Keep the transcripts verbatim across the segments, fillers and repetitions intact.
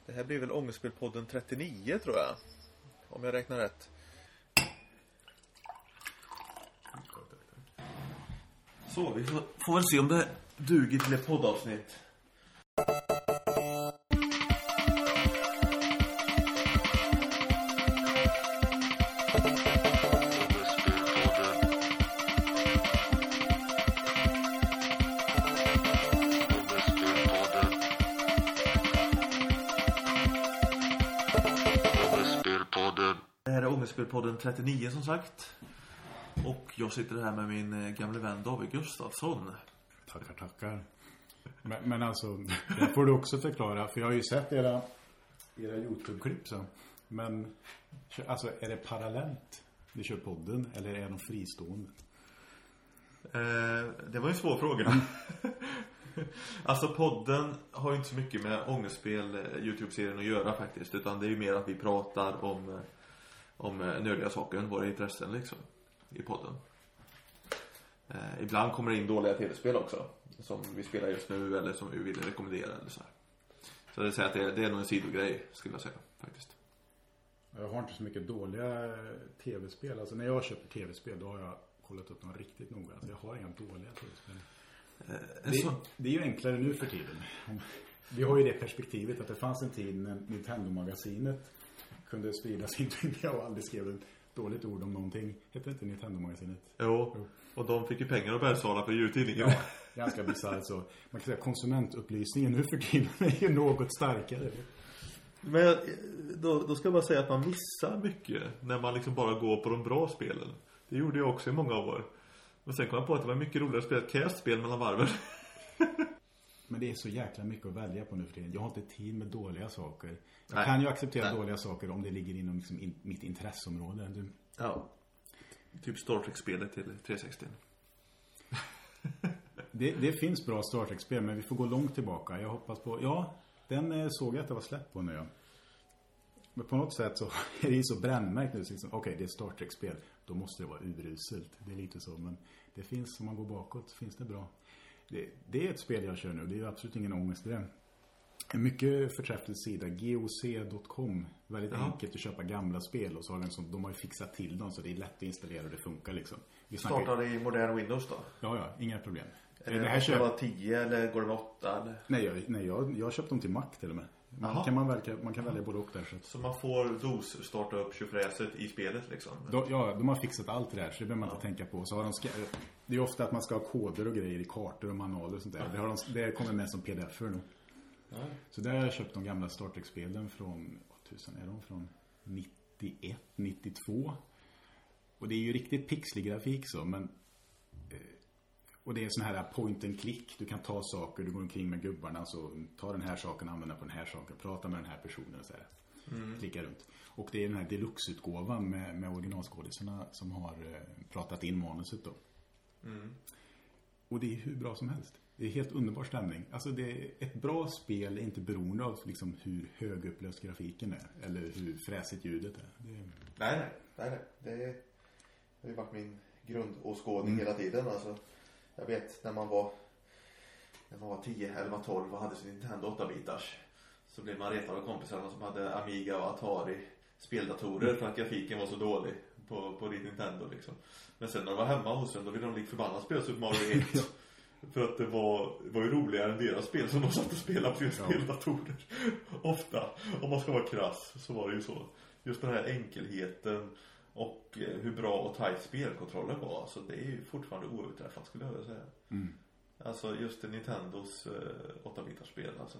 Det här blir väl Ångestspelpodden trettionio tror jag. Om jag räknar rätt. Så, vi får, får väl se om det duger till ett poddavsnitt. Det här är Ångestspelpodden trettionio som sagt. Och jag sitter här med min gamla vän David Gustafsson. Tackar, tackar. Men, men alltså, det får du också förklara. För jag har ju sett era, era YouTube-klipp så. Men alltså, är det parallellt ni kör podden? Eller är de fristående? Eh, det var en svår fråga. Alltså podden har ju inte så mycket med ångestspel YouTube-serien att göra faktiskt. Utan det är ju mer att vi pratar om, om nördiga saker, våra intressen liksom i podden. Eh, ibland kommer det in dåliga tv-spel också, som vi spelar just nu eller som vi vill rekommendera eller så här. Så det säger att det, det är nog en sidogrej skulle jag säga faktiskt. Jag har inte så mycket dåliga tv-spel. Alltså när jag köper tv-spel då har jag kollat upp dem riktigt noga. Alltså jag har inga dåliga tv-spel. Eh, det, det är ju enklare nu för tiden. Vi har ju det perspektivet att det fanns en tid när Nintendo-magasinet kunde sprida sin tid och aldrig skrev ett dåligt ord om någonting. Hette inte Nintendo-magasinet? Jo, jo. Och de fick ju pengar och bärsala för jultidningen. Ja, ganska bisarrt så. Man kan säga konsumentupplysningen nu för tiden är ju något starkare. Men då, då ska jag bara säga att man missar mycket när man liksom bara går på de bra spelen. Det gjorde jag också i många år. Men sen kom jag på att det var mycket roligare att spela ett cast-spel mellan varven. Men det är så jäkla mycket att välja på nu för tiden. Jag har inte tid med dåliga saker. Jag Nej. kan ju acceptera Nej. dåliga saker om det ligger inom liksom in, mitt intresseområde. Du... Ja. Typ Star Trek-spelet till trehundrasextio. det, det finns bra Star Trek-spel, men vi får gå långt tillbaka. Jag hoppas på... Ja, den eh, såg jag att det var släppt på nu. Ja. Men på något sätt så är det ju så brännmärkt nu. Liksom, Okej, okay, det är Star Trek-spel. Då måste det vara uruselt. Det är lite så, men det finns, om man går bakåt, finns det bra. Det, det är ett spel jag kör nu. Det är ju absolut ingen ångest i det. En mycket förträfflig sida, G O C dot com. Väldigt ja. enkelt att köpa gamla spel. Och så har den som, de har ju fixat till dem så det är lätt att installera och det funkar liksom. Vi snackar... Startar det i modern Windows då? Ja, ja, inga problem. Är det, det här kör... vara tio eller går det åtta? Eller? Nej, jag, nej jag, jag har köpt dem till Mac till och med. Man kan, man, välja, man kan välja både och där. Så, så man får dos starta upp tjofräset i spelet liksom? Då, ja, de har fixat allt det där så det behöver man ja. inte tänka på. Så har de sk- det är ofta att man ska ha koder och grejer i kartor och manualer och sånt där. Ja. Det, har de, det kommer med som pdf-er nu. Ja. Så där har jag köpt de gamla Star Trek-spelen från, vad tusen är de? Från nittioett, nittiotvå. Och det är ju riktigt pixlig grafik så, men... Eh, och det är sån här point and click. Du kan ta saker, du går omkring med gubbarna. Så ta den här saken, använda på den här saken. Prata med den här personen och så här. Mm. Klicka runt. Och det är den här deluxe-utgåvan med, med originalskådisarna som har eh, pratat in manuset då. Mm. Och det är hur bra som helst. Det är helt underbar stämning. Alltså det är ett bra spel är inte beroende av liksom hur högupplöst grafiken är. Eller hur fräsigt ljudet är. Det är... Nej, nej, nej, nej. Det är, det har ju varit min grundåskådning mm. hela tiden. Alltså, jag vet när man var när man var tio, elva, tolv och hade sin Nintendo åtta-bitars. Så blev man retad av kompisarna som hade Amiga och Atari speldatorer för att grafiken var så dålig på, på ditt Nintendo liksom. Men sen när de var hemma hos en då ville de lik förbannat spela Super Mario ett. För att det var, var ju roligare än deras spel som de satt och spelade på sina ja. speldatorer. Ofta, om man ska vara krass, så var det ju så. Just den här enkelheten och hur bra och tajt spelkontrollen var. Alltså det är ju fortfarande oöverträffat skulle jag vilja säga. Mm. Alltså just Nintendos eh, åtta-bitars spel alltså.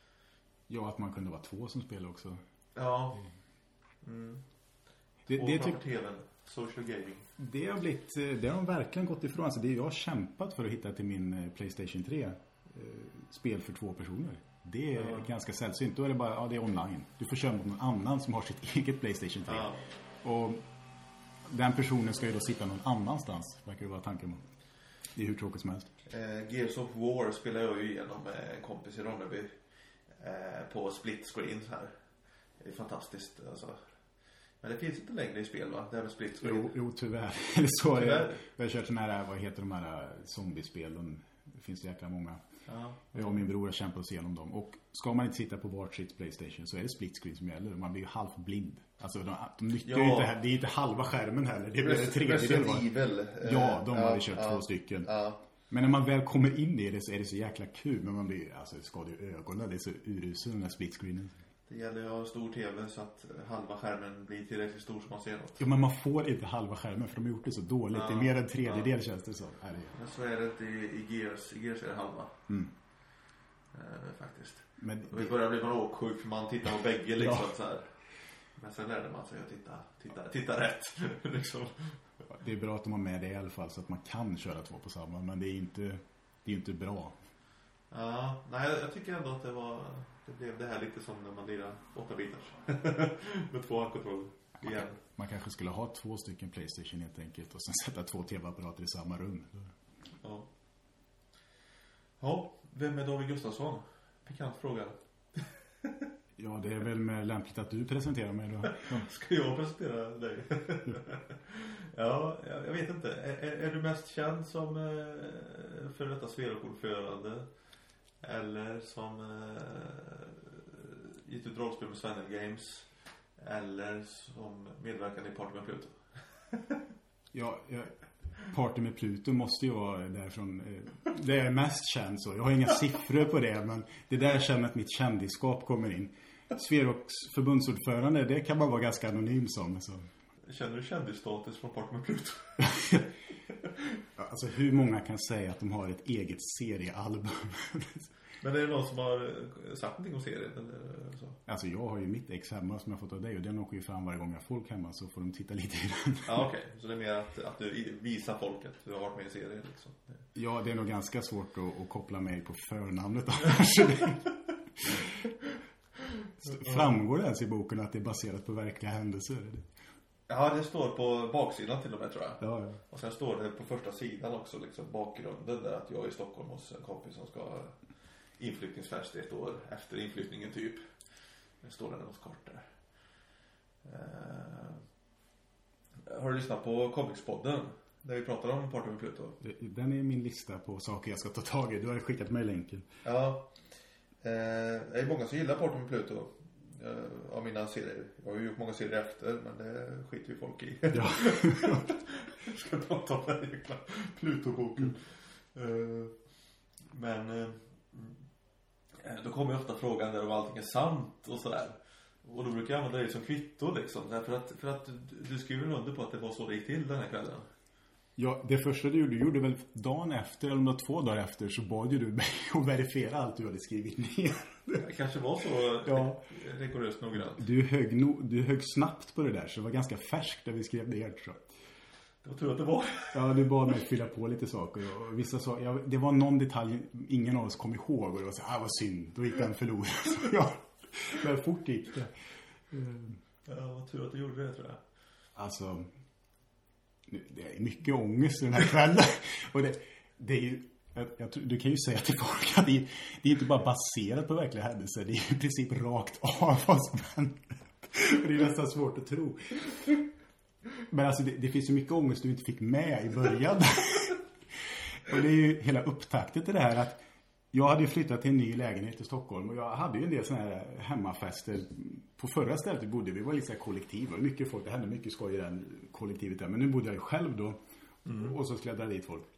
Ja, att man kunde vara två som spelar också. Ja. Mm. Det, och det framför tvn, social gaming. Det har blivit, det har de verkligen gått ifrån. Alltså det jag har kämpat för att hitta till min PlayStation tre eh, spel för två personer. Det är ja. ganska sällsynt. Då är det bara, ja det är online. Du får köra mot någon annan som har sitt eget PlayStation tre. Ja. Och den personen ska ju då sitta någon annanstans. Verkar det vara tanken. Det är hur tråkigt som helst. Eh, Gears of War spelar jag ju igenom med en kompis i Ronneby. Eh, på split screen här. Det är fantastiskt alltså. Men det finns inte längre i spel va? Det är väl split screen. Jo, jo tyvärr. Det så tyvärr. Jag, jag har kört sån här, vad heter de här zombiespelen? Det finns jäkla många. Ja. Jag och min bror har kämpat oss igenom dem. Och ska man inte sitta på vart sitt PlayStation så är det split screen som gäller. Man blir ju halvt blind. Alltså de, de nyttjar ja. ju inte här. Det är inte halva skärmen heller. Det är väl en tredjedel. Ja, de har vi köpt ja, två stycken. Ja. Men när man väl kommer in i det så är det så jäkla kul. Men man blir, alltså det skadar ju ögonen. Det är så urusel den här split screenen. Det gäller att ha stor tv så att halva skärmen blir tillräckligt stor som man ser något. Ja, men man får inte halva skärmen för de har gjort det så dåligt. Ja, det är mer än tredjedel ja. känns det så. Är det? Men så är det inte i, i Gears. I Gears är det halva. Mm. Eh, faktiskt. Men det... Vi börjar bli man åksjuk för man tittar på bägge liksom ja. så här. Men sen lärde man sig att titta, titta, titta rätt. liksom. Det är bra att de har med det i alla fall så att man kan köra två på samma. Men det är inte, det är inte bra. Ja, nej jag tycker ändå att det var... Det blev det här lite som när man lirar åtta bitars. Med två handkontroller. Man, kan, man kanske skulle ha två stycken PlayStation helt enkelt. Och sen sätta två tv-apparater i samma rum. Ja. Ja, vem är David Gustafsson? Pikant fråga. Ja, det är väl med lämpligt att du presenterar mig då. Ja. Ska jag presentera dig? Ja, jag vet inte. Är, är, är du mest känd som eh, för detta Sverok-ordförande? Eller som eh, gick ut rollspel med Svennel Games? Eller som medverkande i Party med Pluto? Ja, jag, Party med Pluto måste ju vara därifrån. Eh, det är mest känd så. Jag har inga siffror på det, men det är där jag känner att mitt kändisskap kommer in. Sveroks förbundsordförande, det kan man vara ganska anonym som. Så. Känner du kändisstatus från Party med Pluto? Alltså hur många kan säga att de har ett eget seriealbum? Men är det någon som har sagt någonting om serien? Eller så? Alltså jag har ju mitt ex hemma som jag fått av dig. Och den åker ju fram varje gång jag har folk hemma. Så får de titta lite i den. Ja okej, okay. Så det är mer att, att du visar folket. Du har varit med i serien liksom. Ja, det är nog ganska svårt att, att koppla mig på förnamnet. Framgår det ens i boken att det är baserat på verkliga händelser? Ja, det står på baksidan till och med tror jag. Ja, ja. Och sen står det på första sidan också liksom bakgrunden där att jag är i Stockholm hos en kompis som ska inflyttningsfest ett år efter inflyttningen typ. Det står det något kort där. Uh, har du lyssnat på Comicspodden där vi pratar om Party med Pluto? Den är min lista på saker jag ska ta tag i. Du har skickat mig länken. Ja. Uh, det är många som gillar Party med Pluto. Uh, av mina serier. Jag har ju gjort många serier efter, men det skiter ju folk i. Ja. Jag ska ta ta den här jäkla Pluto-boken. Mm. Uh, men uh, då kommer ju ofta frågan där om allting är sant och sådär. Och då brukar jag använda det som kvitto liksom. För att, för att du skriver under på att det var så det gick till den här kvällen. Ja, det första du gjorde, du gjorde väl dagen efter eller om två dagar efter så bad ju du mig att verifiera allt du hade skrivit ner. Det kanske var så ja. rigoröst noggrant. Du högg, no, du högg snabbt på det där så det var ganska färskt där vi skrev ner tror jag. Jag tror att det var. Ja, du bad mig fylla på lite saker. Och vissa saker, ja, det var någon detalj ingen av oss kom ihåg och det var så ah vad synd, då gick den förlorad. Ja, men fort gick det. Ja, vad tur att du gjorde det tror jag. Alltså... Det är mycket ångest den här kvällen. Och det, det är ju, jag, jag, du kan ju säga till folk att det är, det är inte bara baserat på verkliga händelser. Det är i princip rakt av vad som händer. Det är nästan svårt att tro. Men alltså det, det finns ju mycket ångest du inte fick med i början. Och det är ju hela upptakten till det här att jag hade ju flyttat till en ny lägenhet i Stockholm och jag hade ju en del såna här hemmafester. På förra stället vi bodde, vi var lite så här kollektiv och mycket folk, det hände mycket skoj i den kollektivet där. Men nu bodde jag ju själv då mm. och så skulle jag dra dit folk.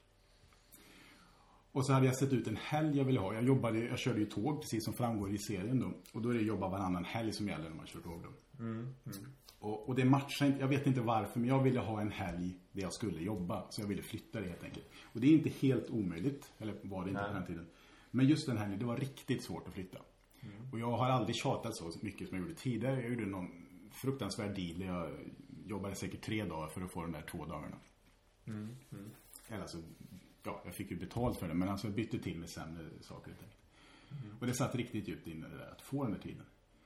Och så hade jag sett ut en helg jag ville ha. Jag jobbade, jag körde ju tåg precis som framgår i serien då. Och då är det jobba varannan helg som gäller när man kör tåg då. Mm. Mm. Och, och det matchar inte, jag vet inte varför, men jag ville ha en helg där jag skulle jobba. Så jag ville flytta det helt enkelt. Och det är inte helt omöjligt, eller var det inte på den tiden. Men just den här, det var riktigt svårt att flytta. Mm. Och jag har aldrig tjatat så mycket som jag gjorde tidigare. Jag gjorde någon fruktansvärd deal. Jag jobbade säkert tre dagar för att få de där två dagarna. Mm. Mm. Eller alltså, ja, jag fick ju betalt för det. Men alltså jag bytte till med sämre saker. Mm. Och det satt riktigt djupt inne det där, att få den där tiden.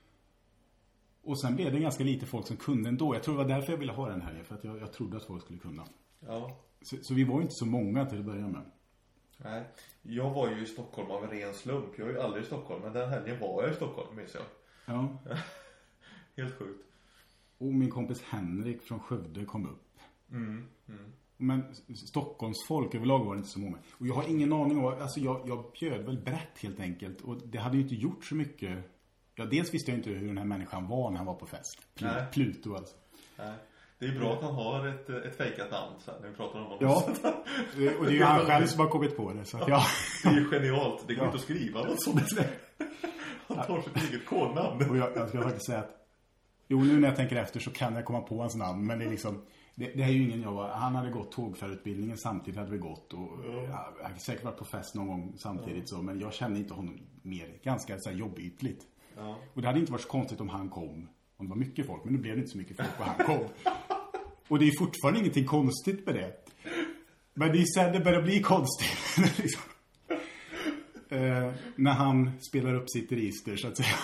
Och sen blev det ganska lite folk som kunde ändå. Jag tror det var därför jag ville ha den här. För att jag, jag trodde att folk skulle kunna. Ja. Så, så vi var inte så många till att börja med. Nej, jag var ju i Stockholm av en ren slump. Jag är ju aldrig i Stockholm, men den helgen var jag i Stockholm, minns jag. Ja. Helt sjukt. Och min kompis Henrik från Skövde kom upp. Mm, mm. Men Stockholms folk överlag var det inte så många. Och jag har ingen aning om, alltså jag, jag bjöd väl brett helt enkelt. Och det hade ju inte gjort så mycket. Ja, dels visste jag inte hur den här människan var när han var på fest. Pl- Nej. Pluto alltså. Nej. Det är bra att han har ett, ett fejkat namn så här, när vi pratar om honom. Ja, och det är ju han själv som har kommit på det. Så att ja. Det är ju genialt, det går ja. inte att skriva något sånt. Han tar sitt eget kodnamn. Och jag, jag ska faktiskt säga att jo, nu när jag tänker efter så kan jag komma på hans namn. Men det är liksom, det, det är ju ingen jag var. Han hade gått tågfärutbildningen, samtidigt hade vi gått. Och ja. Jag hade säkert varit på fest någon gång samtidigt så. Men jag kände inte honom mer, ganska så här jobbigt. Ja. Och det hade inte varit så konstigt om han kom. Om det var mycket folk, men nu blev det inte så mycket folk och han kom. Och det är fortfarande ingenting konstigt med det. Men det är sen det börjar bli konstigt. liksom. eh, när han spelar upp sitt register så att säga.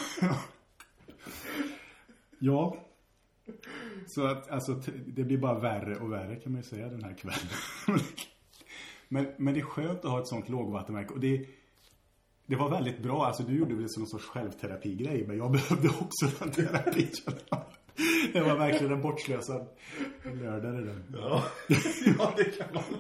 Ja. Så att alltså, t- det blir bara värre och värre kan man ju säga den här kvällen. men, men det är skönt att ha ett sånt lågvattenmärke. Och det, det var väldigt bra. Alltså du gjorde väl som en sorts självterapigrej. Men jag behövde också en terapi. Det var verkligen en bortslösad lördag det där. Ja, ja det kan man.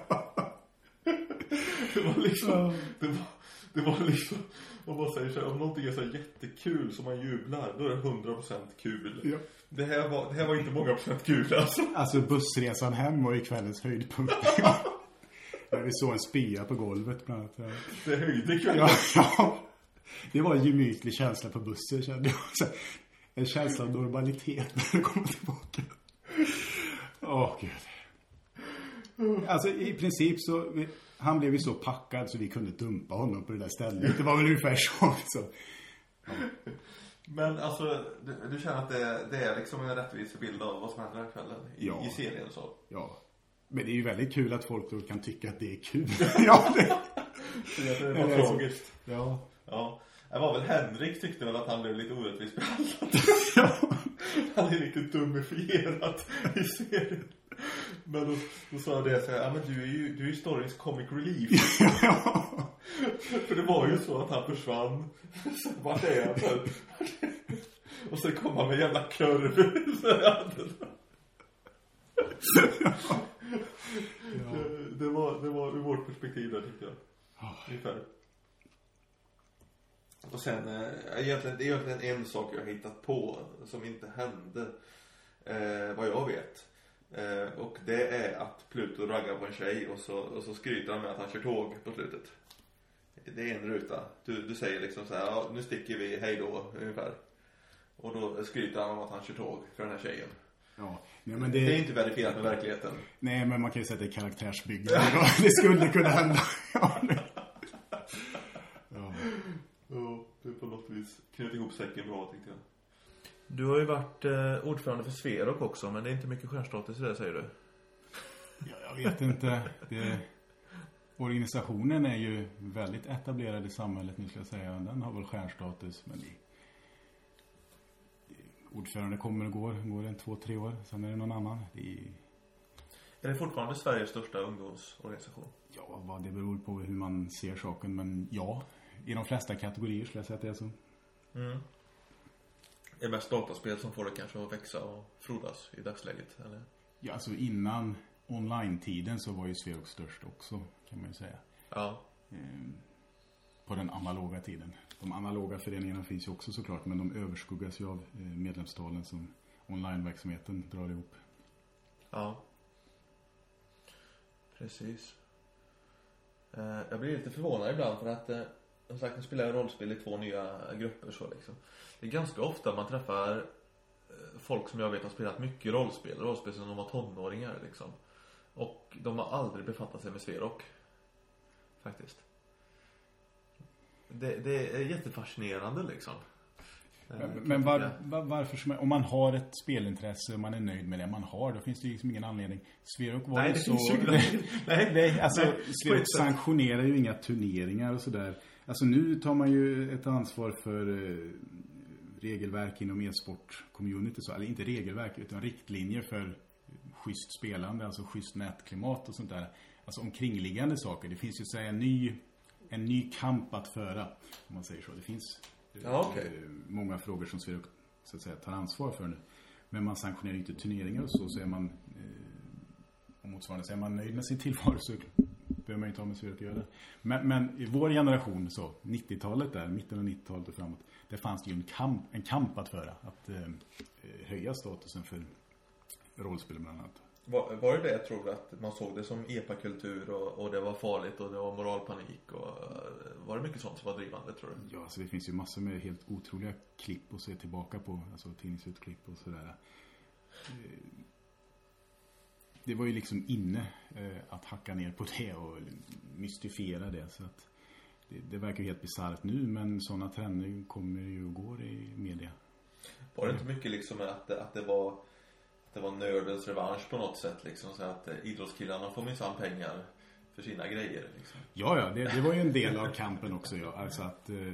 Det var liksom, det var, det var liksom, om man säger så här, om någonting är så jättekul som man jublar, då är det hundra procent kul. Ja. Det här var, det här var inte många procent kul alltså. Alltså bussresan hem var ju kvällens höjdpunkt. När vi såg en spya på golvet bland annat. Det höjde kvällen. Ja, ja. Det var en gemytlig känsla på bussen, kände jag. Så, en känsla av normalitet när det kommer tillbaka. Åh, oh, gud. Alltså i princip så, han blev ju så packad så vi kunde dumpa honom på det där stället. Det var väl ungefär så. så. Ja. Men alltså, du, du känner att det, det är liksom en rättvis bild av vad som händer den här kvällen i, ja. i serien så? Ja. Men det är ju väldigt kul att folk då kan tycka att det är kul. Ja, det, det var tragiskt. Ja. Ja. Det var väl Henrik tyckte väl att han blev lite orättvist behandlad. Ja. Han är lite dumifierad i serien. Men då, då sa jag det så här, ja men du är ju, du är ju storyns comic relief. Ja. För det var ju så att han försvann. Så vart är han för? Och så kom han med jävla kurv. Ja. Det, det, var, det var ur vårt perspektiv där tycker jag. Ungefär. Och sen, äh, egentligen, det är egentligen en sak jag har hittat på som inte hände, eh, vad jag vet. Eh, och det är att Pluto raggar på en tjej och så, och så skryter han med att han kör tåg på slutet. Det är en ruta. Du, du säger liksom så här, ja, nu sticker vi, hej då, ungefär. Och då skryter han om att han kör tåg för den här tjejen. Ja, nej, men det... det är inte verifierat med verkligheten. Nej, men man kan ju säga att det är karaktärsbyggande. Det skulle kunna hända. Ja, det... ja. Ja, det är på något vis knut ihop säcken bra, tänkte jag. Du har ju varit eh, ordförande för Sverok också, men det är inte mycket stjärnstatus i det, säger du? Ja, jag vet inte. Det... Organisationen är ju väldigt etablerad i samhället, nu ska jag säga. Den har väl stjärnstatus, men det... ordförande kommer och går, går en två, tre år. Sen är det någon annan. Det är... är det fortfarande Sveriges största ungdomsorganisation? Ja, vad det beror på hur man ser saken, men ja... I de flesta kategorier skulle jag säga att det är så. Mm. Är det mest dataspel som får det kanske att växa och frodas i dagsläget? Eller? Ja, alltså innan online-tiden så var ju Sverok störst också, kan man ju säga. Ja. Ehm, på den analoga tiden. De analoga föreningarna finns ju också såklart, men de överskuggas ju av medlemstalen som online-verksamheten drar ihop. Ja. Precis. Jag blir lite förvånad ibland för att som sagt, jag spelar rollspel i två nya grupper så liksom. Det är ganska ofta man träffar folk som jag vet har spelat mycket rollspel, rollspel som de var tonåringar liksom. Och de har aldrig befattat sig med Sverok. Faktiskt. Det, det är jättefascinerande liksom. Men, men var, var, varför, om man har ett spelintresse och man är nöjd med det man har, då finns det ju liksom ingen anledning. Sverok var nej, ju det så... Finns ju nej, nej, alltså Sverok sanktionerar ju inga turneringar och sådär. Alltså nu tar man ju ett ansvar för eh, regelverk inom e-sport-community, så, eller inte regelverk utan riktlinjer för schysst spelande, alltså schysst nätklimat och sånt där. Alltså omkringliggande saker. Det finns ju så en ny, en ny kamp att föra, om man säger så. Det finns ja, okay. eh, många frågor som Sverok så att säga tar ansvar för nu. Men man sanktionerar inte turneringar och så, så är man eh, och motsvarande. Så är man nöjd med sin tillvaro så behöver man inte ha med sig att göra det. Men, men i vår generation så, nittiotalet där, mitten av nittiotalet och framåt, det fanns ju en kamp, en kamp att föra. Att eh, höja statusen för rollspel bland annat. Var, var det det jag tror att man såg det som epakultur och, och det var farligt och det var moralpanik och var det mycket sånt som var drivande tror du? Ja, så det finns ju massor med helt otroliga klipp att se tillbaka på, alltså tidningsutklipp och sådär. Det var ju liksom inne att hacka ner på det och mystifiera det, så att det, det verkar ju helt bisarrt nu, men sådana trender kommer ju och går i media. Var det inte mycket liksom att, att det var det var nördens revansch på något sätt liksom, så att idrottskillarna får minsann pengar för sina grejer liksom. Ja, ja, det, det var ju en del av kampen också, ja. Alltså att eh,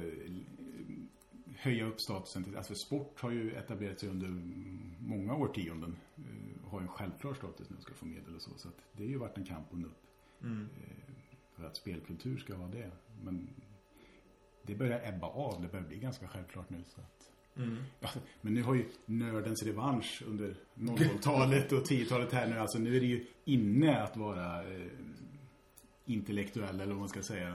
höja upp statusen till, alltså sport har ju etablerat sig under många årtionden, eh, har en självklar status när de ska få medel och så, så att det har ju varit en kamp och upp mm. eh, för att spelkultur ska ha det, men det börjar ebba av, det börjar bli ganska självklart nu, så att Mm. ja, men nu har ju nördens revansch under nolltalet och tiotalet här nu, alltså nu är det ju inne att vara eh, intellektuell eller vad man ska säga.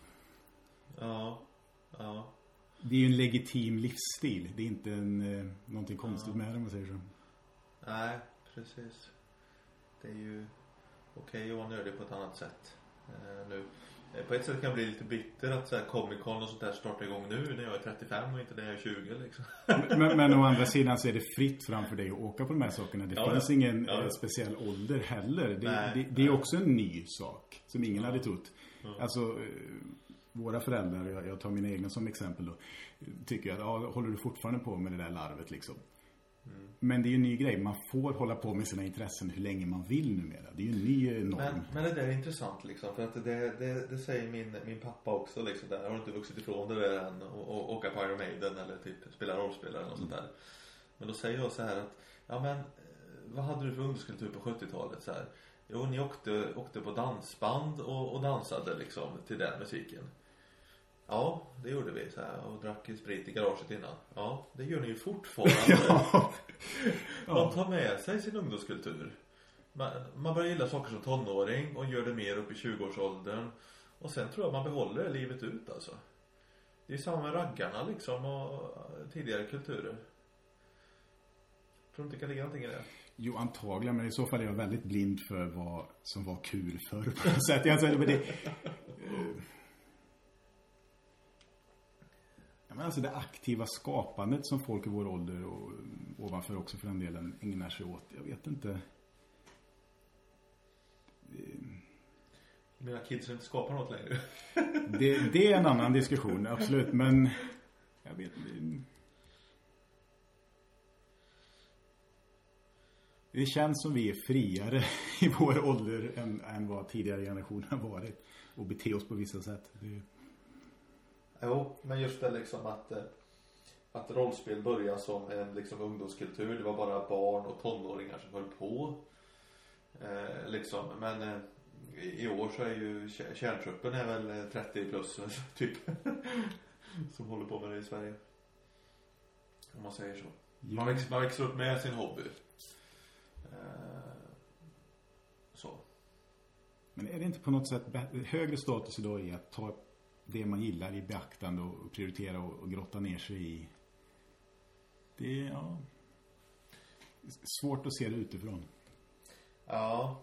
Ja, ja. Det är ju en legitim livsstil, det är inte en, eh, någonting konstigt ja. med det om man säger så. Nej, precis. Det är ju okej okay att vara nördig på ett annat sätt eh, nu. På ett sätt kan jag bli lite bitter att så här, Comic-Con och sånt där startar igång nu när jag är trettiofem och inte när jag är tjugo liksom. men, men å andra sidan så är det fritt framför dig att åka på de här sakerna. Det ja, finns ja. ingen ja. eh, speciell ålder heller. Det, nej, det, det är också en ny sak som ingen ja. hade trott. Ja. Alltså eh, våra föräldrar, jag, jag tar mina egna som exempel då, tycker att ja, håller du fortfarande på med det där larvet liksom. Mm. Men det är ju en ny grej. Man får hålla på med sina intressen hur länge man vill numera. Det är ju en ny norm. Men, men det där är intressant liksom. För att det, det, det säger min, min pappa också liksom. Där har inte vuxit ifrån det där än. Och, och åka på Iron Maiden eller typ spela rollspel eller något mm. sånt där. Men då säger jag så här att ja men vad hade du för ungdomskultur på sjuttiotalet så här? Jo, ni åkte, åkte på dansband och, och dansade liksom till den musiken. Ja, det gjorde vi så här, och drack sprit i garaget innan. Ja, det gör ni ju fortfarande. ja. Man tar med sig sin ungdomskultur. Man, man börjar gilla saker som tonåring och gör det mer upp i tjugoårsåldern. Och sen tror jag man behåller det livet ut alltså. Det är samma med raggarna liksom och tidigare kulturer. Tror du inte det kan ligga någonting i det? Jo, antagligen, men i så fall är jag väldigt blind för vad som var kul förr på något sätt. Jag säger, men det... Ja, men alltså det aktiva skapandet som folk i vår ålder och ovanför också för den delen ägnar sig åt. Jag vet inte. Mina kids inte skapar något längre. det, det är en annan diskussion, absolut. Men jag vet inte. Det känns som vi är friare i vår ålder än, än vad tidigare generationer har varit. Och bete oss på vissa sätt. Det... Jo, men just det liksom att, att rollspel börjar som en liksom ungdomskultur. Det var bara barn och tonåringar som höll på. Eh, liksom. Men eh, i år så är ju kärntruppen är väl trettio plus typ. Som håller på med det i Sverige. Om man säger så. Man växer, man växer upp med sin hobby. Eh, så. Men är det inte på något sätt högre status idag i att ta det man gillar i beaktande och prioritera och, och grotta ner sig i? Det är ja, svårt att se det utifrån. Ja.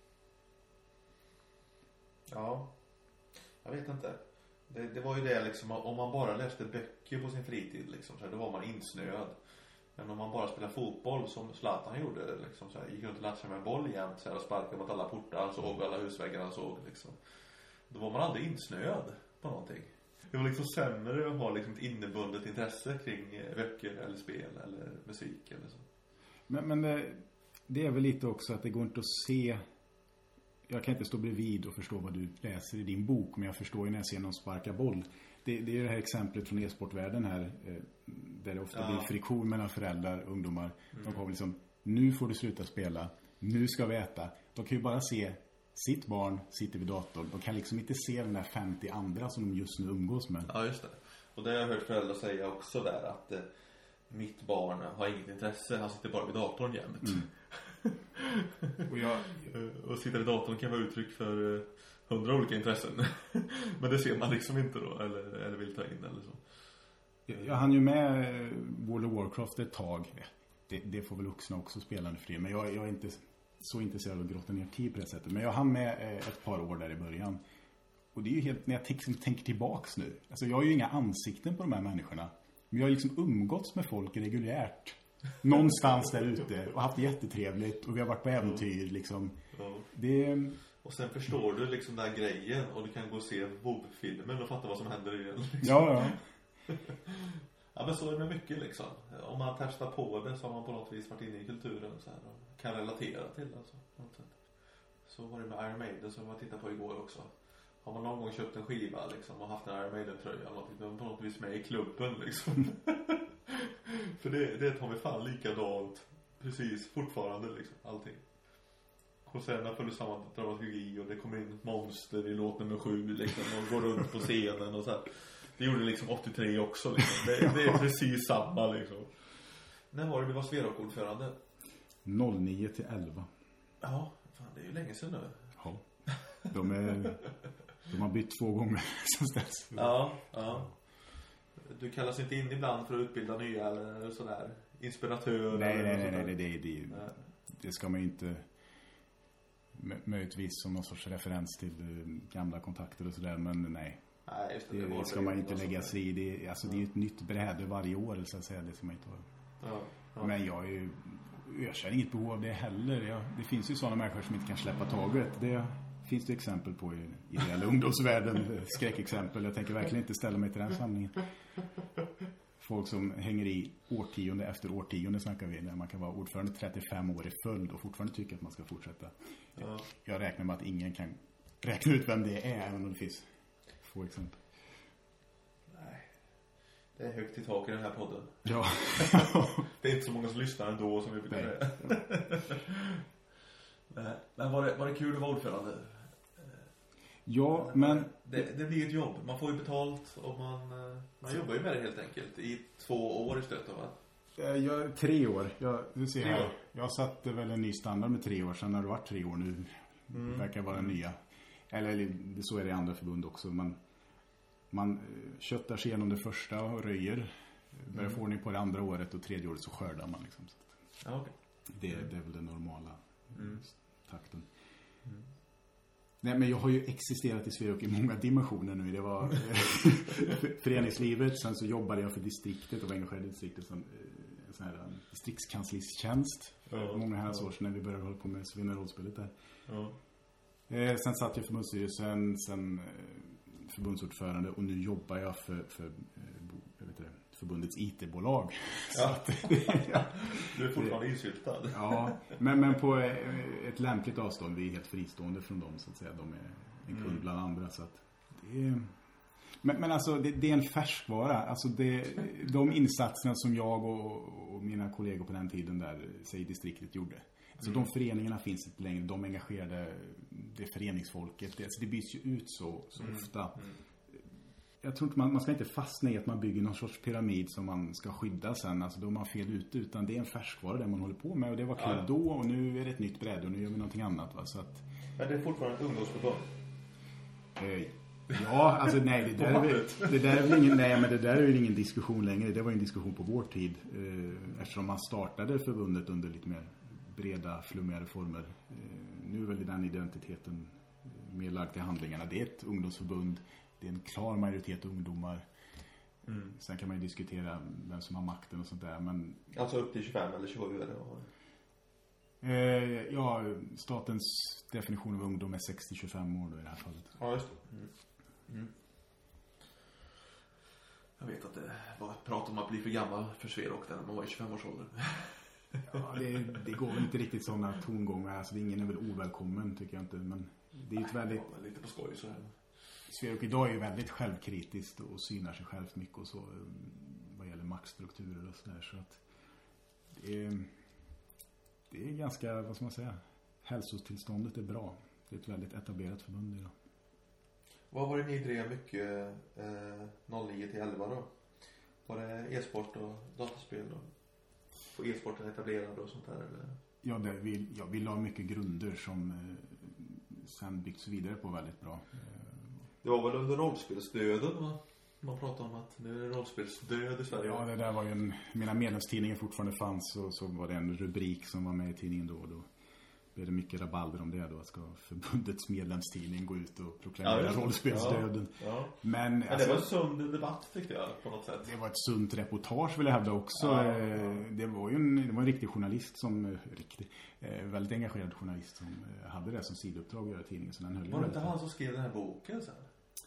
Ja. Jag vet inte. Det, det var ju det liksom, om man bara läste böcker på sin fritid liksom, så här, då var man insnöad. Men om man bara spelar fotboll som Zlatan gjorde liksom, så här, gick runt och latchade med en boll jämt så här, och sparkade mot alla portar, han såg alla husväggar han såg liksom. Då var man aldrig insnöad på någonting. Det var liksom sämre att ha liksom ett innebundet intresse kring böcker eller spel eller musik eller så. Men, men det, det är väl lite också att det går inte att se. Jag kan inte stå bredvid och förstå vad du läser i din bok, men jag förstår ju när jag ser någon sparka boll. Det, det är det här exemplet från e-sportvärlden här, där det ofta ja. blir friktion mellan föräldrar och ungdomar. Mm. De kommer liksom, nu får du sluta spela, nu ska vi äta. De kan ju bara se sitt barn sitter vid datorn. De kan liksom inte se de där femtio andra som de just nu umgås med. Ja, just det. Och det har jag hört föräldrar säga också där, att eh, mitt barn har inget intresse, han sitter bara vid datorn jämt. Mm. och, jag, och sitta i datorn kan vara uttryck för hundra olika intressen. Men det ser man liksom inte då, eller, eller vill ta in eller så. Jag hann ju med World of Warcraft ett tag. Det, det får väl vuxna också spela nu för det. Men jag, jag är inte så intresserad av att grotta ner tid på det sättet. Men jag hann med ett par år där i början. Och det är ju helt, när jag t- tänker tillbaks nu. Alltså jag har ju inga ansikten på de här människorna. Men jag har liksom umgåtts med folk reguljärt. Någonstans där ute. Och haft det jättetrevligt. Och vi har varit på äventyr liksom. Ja. Det... Och sen förstår du liksom den här grejen. Och du kan gå och se WoW-filmen och fatta vad som händer i den. Liksom. Ja, ja. Ja, men så är det med mycket liksom. Om man testar på det så har man på något vis varit inne i kulturen och så här, och kan relatera till det alltså, på något sätt. Så var det med Iron Maiden som jag tittade på igår också. Har man någon gång köpt en skiva liksom och haft en Iron Maiden-tröja och då är man på något vis med i klubben liksom. För det, det tar vi fan likadant precis fortfarande liksom, allting. Och sen när följer samma dramaturgi och det kommer in monster i låt nummer sju liksom, och går runt på scenen och så här. Det gjorde liksom åttiotre också liksom. det, det är precis samma liksom. När var det vi var Sverok-ordförande? noll nio till elva. Ja, fan det är ju länge sedan nu. Ja, de, är, de har bytt två gånger sen dess. Ja, ja. Du kallas inte in ibland för att utbilda nya eller sådär inspiratör? Nej, nej, nej, nej, nej, det, det, det, det ska man ju inte möjligtvis som någon sorts referens till gamla kontakter och sådär, men nej. Nej, just det, det, det, det ska man inte lägga sig i. Det, alltså, ja. Det är ett nytt bräde varje år så att säga, det ska man inte ha. Ja, ja. Men jag är ju, jag känner inget behov av det heller. Jag, det finns ju sådana människor som inte kan släppa taget. Det finns det exempel på i, i hela ungdomsvärlden. Skräckexempel. Jag tänker verkligen inte ställa mig till den samlingen. Folk som hänger i årtionde efter årtionde snackar vi. När man kan vara ordförande trettiofem år i följd och fortfarande tycker att man ska fortsätta. Ja. Jag räknar med att ingen kan räkna ut vem det är, även om det finns få exempel. Nej. Det är högt i tak i den här podden. Ja. Det är inte så många som lyssnar ändå som vi brukar säga. Nej. Men var det, var det kul att vara ordförande? Ja, men... Det, det blir ett jobb. Man får ju betalt och man, man jobbar ju med det helt enkelt. I två år i stöt, va? Jag, tre år. Jag, du ser här. Jag satte väl en ny standard med tre år. Sen har det varit tre år nu. Mm. Verkar vara nya. Eller så är det i andra förbund också. Man, man köttar sig igenom det första och röjer. Börjar mm. få ordning på det andra året och tredje året så skördar man liksom. Ja, okay. det, det är väl den normala mm. takten. Mm. Nej, men jag har ju existerat i Sverige i många dimensioner nu. Det var föreningslivet, sen så jobbade jag för distriktet och var engagerad i distriktet som en sån här distriktskanslistjänst. Ja, många här år sedan när vi började hålla på med rollspelet där. Ja. Eh, sen satt jag i förbundsstyrelsen, sen eh, förbundsordförande och nu jobbar jag för, för eh, jag vet inte, förbundets I T-bolag. Ja. Ja. Du är fortfarande insyltad. Ja, men, men på ett lämpligt avstånd. Vi är helt fristående från dem så att säga. De är en kund mm. bland andra så att det är... Men, men alltså det, det är en färskvara. Alltså det, de insatserna som jag och, och mina kollegor på den tiden där säg distriktet gjorde. Alltså mm. de föreningarna finns inte längre. De engagerade det föreningsfolket. Det, alltså det byts ju ut så, så mm. ofta. Mm. Jag tror inte man, man ska inte fastna i att man bygger någon sorts pyramid som man ska skydda sen. Alltså då är man fel ute. Utan det är en färskvara där man håller på med. Och det var kul ja. då och nu är det ett nytt bräde och nu gör vi någonting annat. Va? Så att, men det är fortfarande ett ungdomsförbund? Eh, ja, alltså nej. Det där, är väl, det där är väl ingen, nej, men det där är väl ingen diskussion längre. Det var en diskussion på vår tid. Eh, eftersom man startade förbundet under lite mer breda, flummigare former. Eh, nu är väl den identiteten mer lagd till handlingarna. Det är ett ungdomsförbund. Det är en klar majoritet ungdomar. Mm. Sen kan man ju diskutera vem som har makten och sånt där. Men... Alltså upp till tjugofem eller tjugosju eller vad? Eh, ja, statens definition av ungdom är sextio till tjugofem år då i det här fallet. Ja, just det. Mm. Mm. Jag vet att det var prat om att bli för gammal för Sverok där när man var i tjugofem års ålder. Ja, det, det går väl inte riktigt sådana tongångar. Alltså, ingen är väl ovälkommen tycker jag inte. Men det är ju ett väldigt... Ja, lite på skoj så här. Sverok idag är ju väldigt självkritiskt och synar sig självt mycket och så vad gäller maktstrukturer och sådär. Så att det är, det är ganska, vad ska man säga, hälsotillståndet är bra. Det är ett väldigt etablerat förbund idag. Vad var det ni drev mycket eh, noll nio till elva då? Var det e-sport och dataspel och få e-sporten etablerad och sånt där? Eller? Ja, det, vi, ja, vi la mycket grunder som eh, sen byggts vidare på väldigt bra. Det var väl under rollspelsdöden, va? Man pratar om att nu är det rollspelsdöd i Sverige. Ja, det där var ju en... Mina medlemstidningar fortfarande fanns och så var det en rubrik som var med i tidningen då. Då blev det mycket rabalder om det då. Ska förbundets medlemstidning gå ut och proklamera ja, rollspelsdöden. Ja, ja. Men, Men alltså, det var en sund debatt tyckte jag på något sätt. Det var ett sunt reportage vill jag hävda också. Ja, ja. Det var ju en, det var en riktig journalist som... Riktig, väldigt engagerad journalist som hade det som sidouppdrag att göra tidningen. Så den höll var det inte han som skrev den här boken sen?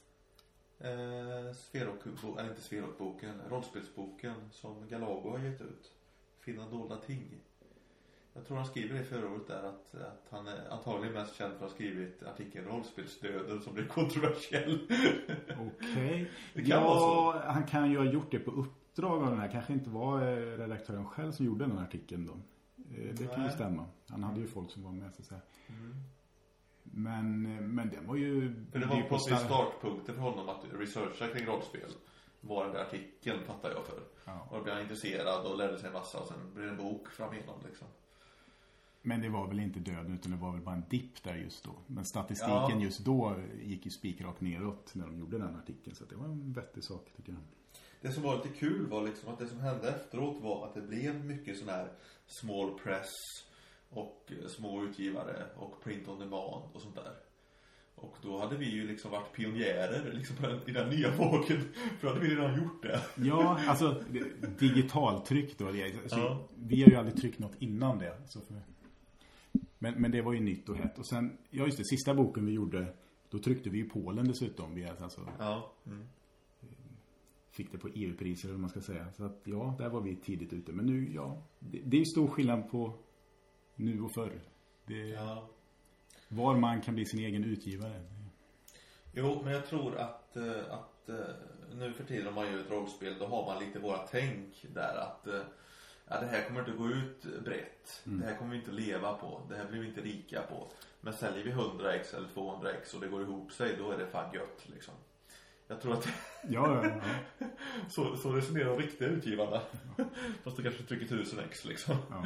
Eh, Sverok, eller inte Sverok-boken, rollspelsboken som Galago har gett ut. Finna dolda ting. Jag tror han skriver det i förordet där att, att han är antagligen mest känd för att ha skrivit artikeln Rollspelsdöden som blev kontroversiell. Okej. Okay. Ja, han kan ju ha gjort det på uppdrag av den här. Kanske inte var redaktören själv som gjorde den här artikeln då. Det Nej. kan ju stämma. Han hade ju folk som var med så att säga. Mm. Men, men det var ju... För det var på sin startpunkten för honom att researcha kring rollspel. Var den där artikeln, fattar jag för. Ja. Och då blev han intresserad och lärde sig en massa och sen blev det en bok fram igenom liksom. Men det var väl inte döden utan det var väl bara en dipp där just då. Men statistiken ja. just då gick ju spikrak neråt när de gjorde den artikeln. Så det var en vettig sak tycker jag. Det som var lite kul var liksom att det som hände efteråt var att det blev mycket sån här small press och små utgivare och print on demand och sånt där. Och då hade vi ju liksom varit pionjärer liksom på den, i den nya vågen. För då hade vi redan gjort det. Ja, alltså digitaltryck då. Alltså, ja. Vi har ju aldrig tryckt något innan det. Så för... men, men det var ju nytt och hett. Och sen, ja just det, sista boken vi gjorde, då tryckte vi i Polen dessutom. Vi alltså, ja. Mm. fick det på E U-priser eller vad man ska säga. Så att ja, där var vi tidigt ute. Men nu, ja, det, det är ju stor skillnad på nu och förr. Det, ja. Var man kan bli sin egen utgivare. Jo, men jag tror att, att nu för tiden om man gör ett rollspel då har man lite våra tänk där att ja, det här kommer inte gå ut brett. Mm. Det här kommer vi inte leva på. Det här blir vi inte rika på. Men säljer vi hundra ex eller tvåhundra ex och det går ihop sig, då är det fan gött liksom. Jag tror att ja, ja, ja. så, så resonerar de riktiga utgivarna. Ja. Fast det kanske trycker tusen ex liksom. Ja.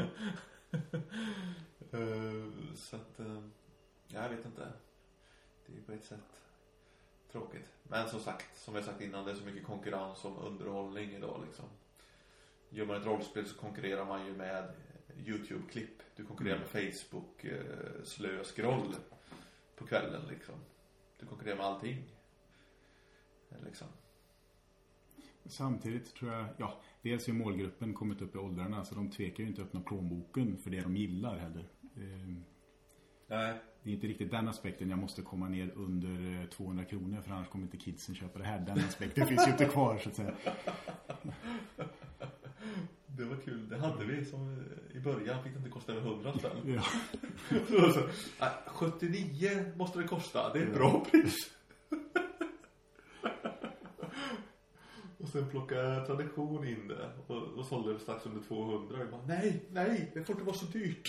uh, så att uh, jag vet inte. Det är på ett sätt tråkigt. Men som sagt, som jag sagt innan, det är så mycket konkurrens om underhållning idag liksom. Gör man ett rollspel så konkurrerar man ju med YouTube-klipp. Du konkurrerar med Facebook uh, slö-scroll på kvällen liksom. Du konkurrerar med allting. Liksom. Samtidigt tror jag, ja, dels är målgruppen kommit upp i åldrarna så de tvekar ju inte öppna plånboken för det de gillar heller. Eh, Nej. Det är inte riktigt den aspekten, jag måste komma ner under tvåhundra kronor för annars kommer inte kidsen köpa det här. Den aspekten finns ju inte kvar så att säga. Det var kul, det hade vi som i början fick det inte kosta över hundra spänn. Ja. Så, äh, sjuttionio måste det kosta, det är ett ja. bra pris. Och sen plocka tradition in det. Och, och sålde det strax under tvåhundra. Och bara, nej, nej, det får inte vara så dyrt.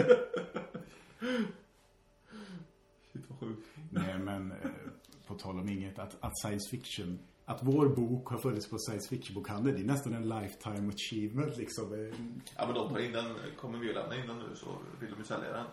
Shit vad sjukt. Nej men eh, på tal om inget att, att science fiction, att vår bok har funnits på science fiction bokhandeln, det är nästan en lifetime achievement liksom. Ja men de tar in den, kommer vi att lämna in den nu så vill de ju sälja den.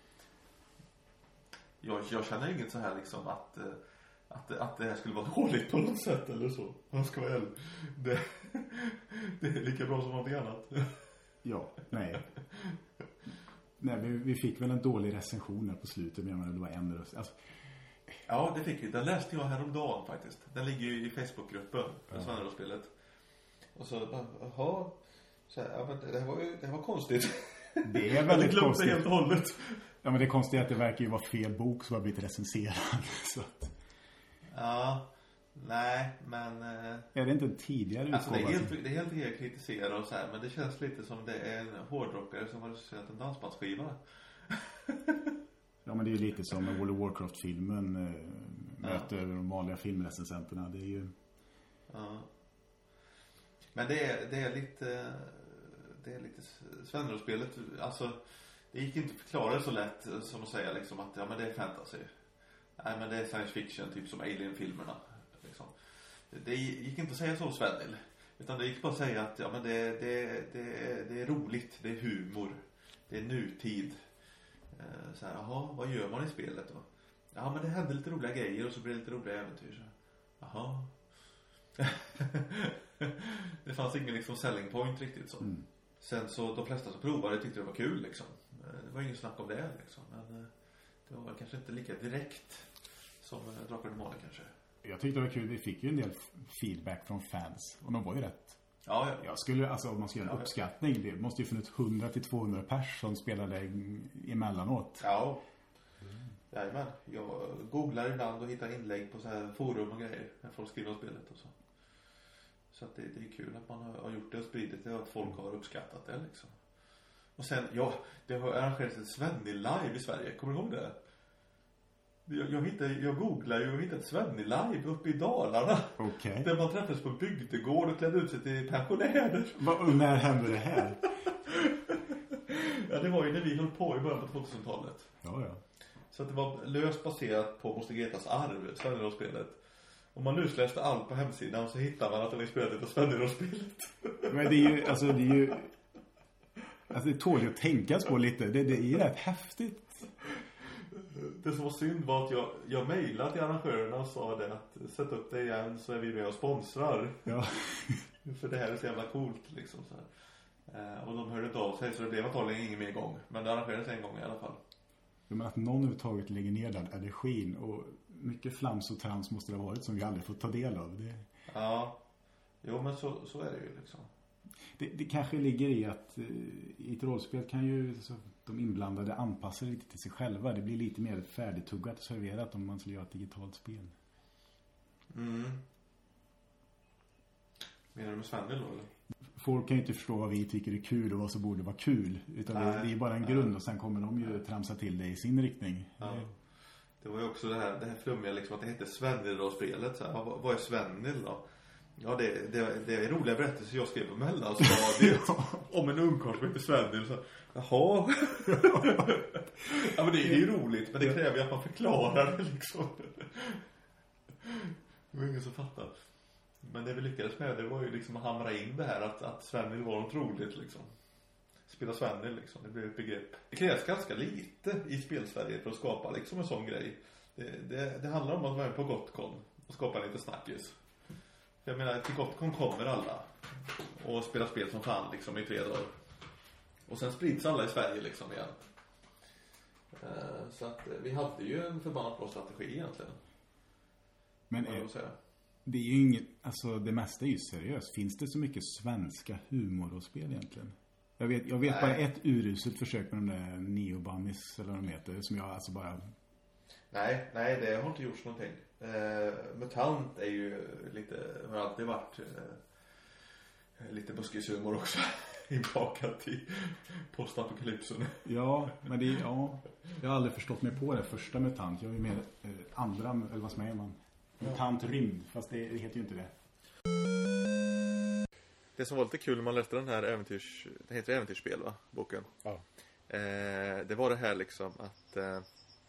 Jag, jag känner inget så här liksom att Att, att det här skulle vara dåligt på något sätt eller så. Man ska vara ärlig. Det, det är lika bra som något annat. Ja, nej. Nej, vi, vi fick väl en dålig recension här på slutet. Men jag menar, det var en röst. Alltså... Ja, det fick vi. Den läste jag häromdagen faktiskt. Den ligger ju i Facebookgruppen. Ja. Svannerospelet. Och så, jaha. Så här, ja, men det här var ju det här var konstigt. Det är väldigt jag konstigt. Helt och hållet. Ja, men det är konstigt att det verkar ju vara fel bok som har blivit recenserad. Så att... Ja, nej, men... Är det inte en tidigare alltså, utgåva? Alltså det är helt, det är helt jag kritiserar och så här, men det känns lite som det är en hårdrockare som har sett en dansbandsskiva. Ja, men det är ju lite som med World of Warcraft-filmen äh, möter ja. de vanliga filmrecensenterna. Det är ju... Ja. Men det är, det är lite... Det är lite Svennerospelet, alltså... Det gick inte att förklara så lätt som att säga liksom att ja, men det är fantasy. Nej, men det är science fiction, typ som Alien-filmerna. Liksom. Det gick inte att säga så Svennil. Utan det gick bara att säga att ja, men det, det, det, det är roligt, det är humor. det är nutid. Eh, så här, jaha, vad gör man i spelet då? Ja, men det händer lite roliga grejer och så blir det lite roliga äventyr. Så. Jaha. Det fanns ingen liksom selling point riktigt så. Mm. Sen så de flesta som provade tyckte det var kul liksom. Det var ingen snack om det liksom. Men det var kanske inte lika direkt som Drakar och Demoner kanske. Jag tyckte det var kul. Vi fick ju en del feedback från fans. Och de var ju rätt. Ja, ja. Jag skulle, alltså om man ska göra en ja, uppskattning. Ja. Det måste ju funnits hundra till tvåhundra pers som spelade emellanåt. Ja. Mm. Jajamän. Jag googlar ibland och hittar inlägg på så här forum och grejer. När folk skriver om spelet och så. Så att det, det är kul att man har, har gjort det och spridit det och att folk har uppskattat det liksom. Och sen, ja, det har arrangerats ett Svenny live i Sverige. Kommer du ihåg det? Jag, jag, hittade, jag googlade ju och hittade ett Svenny live uppe i Dalarna. Okej. Okay. Där man träffades på bygdegård och klädde ut sig till pensionärer. Va, när hände det här? Ja, det var ju när vi höll på i början på tvåtusentalet. Ja, ja. Så att det var löst baserat på Moster Gretas arv, Svenny-spelet. Om man utläste allt på hemsidan så hittar man att de är spelat på Svenny-spelet. Men det är ju, alltså det är ju... Alltså det tål ju att tänkas på lite. Det, det är ju rätt häftigt. Det som var synd var att jag, jag mejlade till arrangörerna och sa det att sätt upp det igen så är vi med och sponsrar. Ja. För det här är så jävla coolt liksom så här. Eh, och de hörde inte av sig så det blev antagligen ingen mer gång. Men det arrangerades en gång i alla fall. Men att någon överhuvudtaget lägger ner den energin och mycket flams och trams måste det ha varit som vi aldrig fått ta del av. Det... Ja, jo men så, så är det ju liksom. Det, det kanske ligger i att eh, i ett rollspel kan ju så, de inblandade anpassa lite till sig själva. Det blir lite mer färdigtuggat och serverat om man skulle göra ett digitalt spel. Mm. Menar du med Svenny då eller? Folk kan ju inte förstå vad vi tycker är kul och vad som borde vara kul. Utan det, det är bara en grund nej. Och sen kommer de ju tramsa till det i sin riktning. Ja. Det var ju också det här, det här flummiga liksom att det heter Svenny då spelet. Så här, vad, vad är Svenny då? Ja, det, det, det är roliga berättelser jag skrev på mellanstadiet om en ungkarl som heter Svenny. Så, jaha. Ja, men det är ju roligt, men det kräver ju att man förklarar det liksom. Det var ingen som fattar. Men det vi lyckades med, det var ju liksom att hamra in det här att, att Svenny var något roligt liksom. Spela Svenny liksom, det blev ett begrepp. Det krävs ganska lite i spelsverige för att skapa liksom en sån grej. Det, det, det handlar om att vara på Gotcon och skapa lite snackis. Jag menar, till Gotcon kommer alla och spelar spel som fan liksom i tre dagar. Och sen sprids alla i Sverige liksom igen. Så att vi hade ju en förbannat bra strategi egentligen. Men är, det är ju inget, alltså det mesta är ju seriöst. Finns det så mycket svenska humor och spel egentligen? Jag vet, jag vet bara ett uruselt försök med de där Neobunnies eller vad de heter som jag alltså bara... Nej, nej det har inte gjorts någonting. Uh, Mutant är ju lite, har alltid varit uh, lite buskishumor också inbakat i postapokalypsen. Ja, men det är, ja, jag har aldrig förstått mig på det första Mutant. Jag är mer uh, andra, eller vad som är man? Mutant rymd, fast det, det heter ju inte det. Det som var lite kul när man läste den här äventyrs, det heter äventyrsspel va, boken. Ja. Uh, det var det här liksom att uh,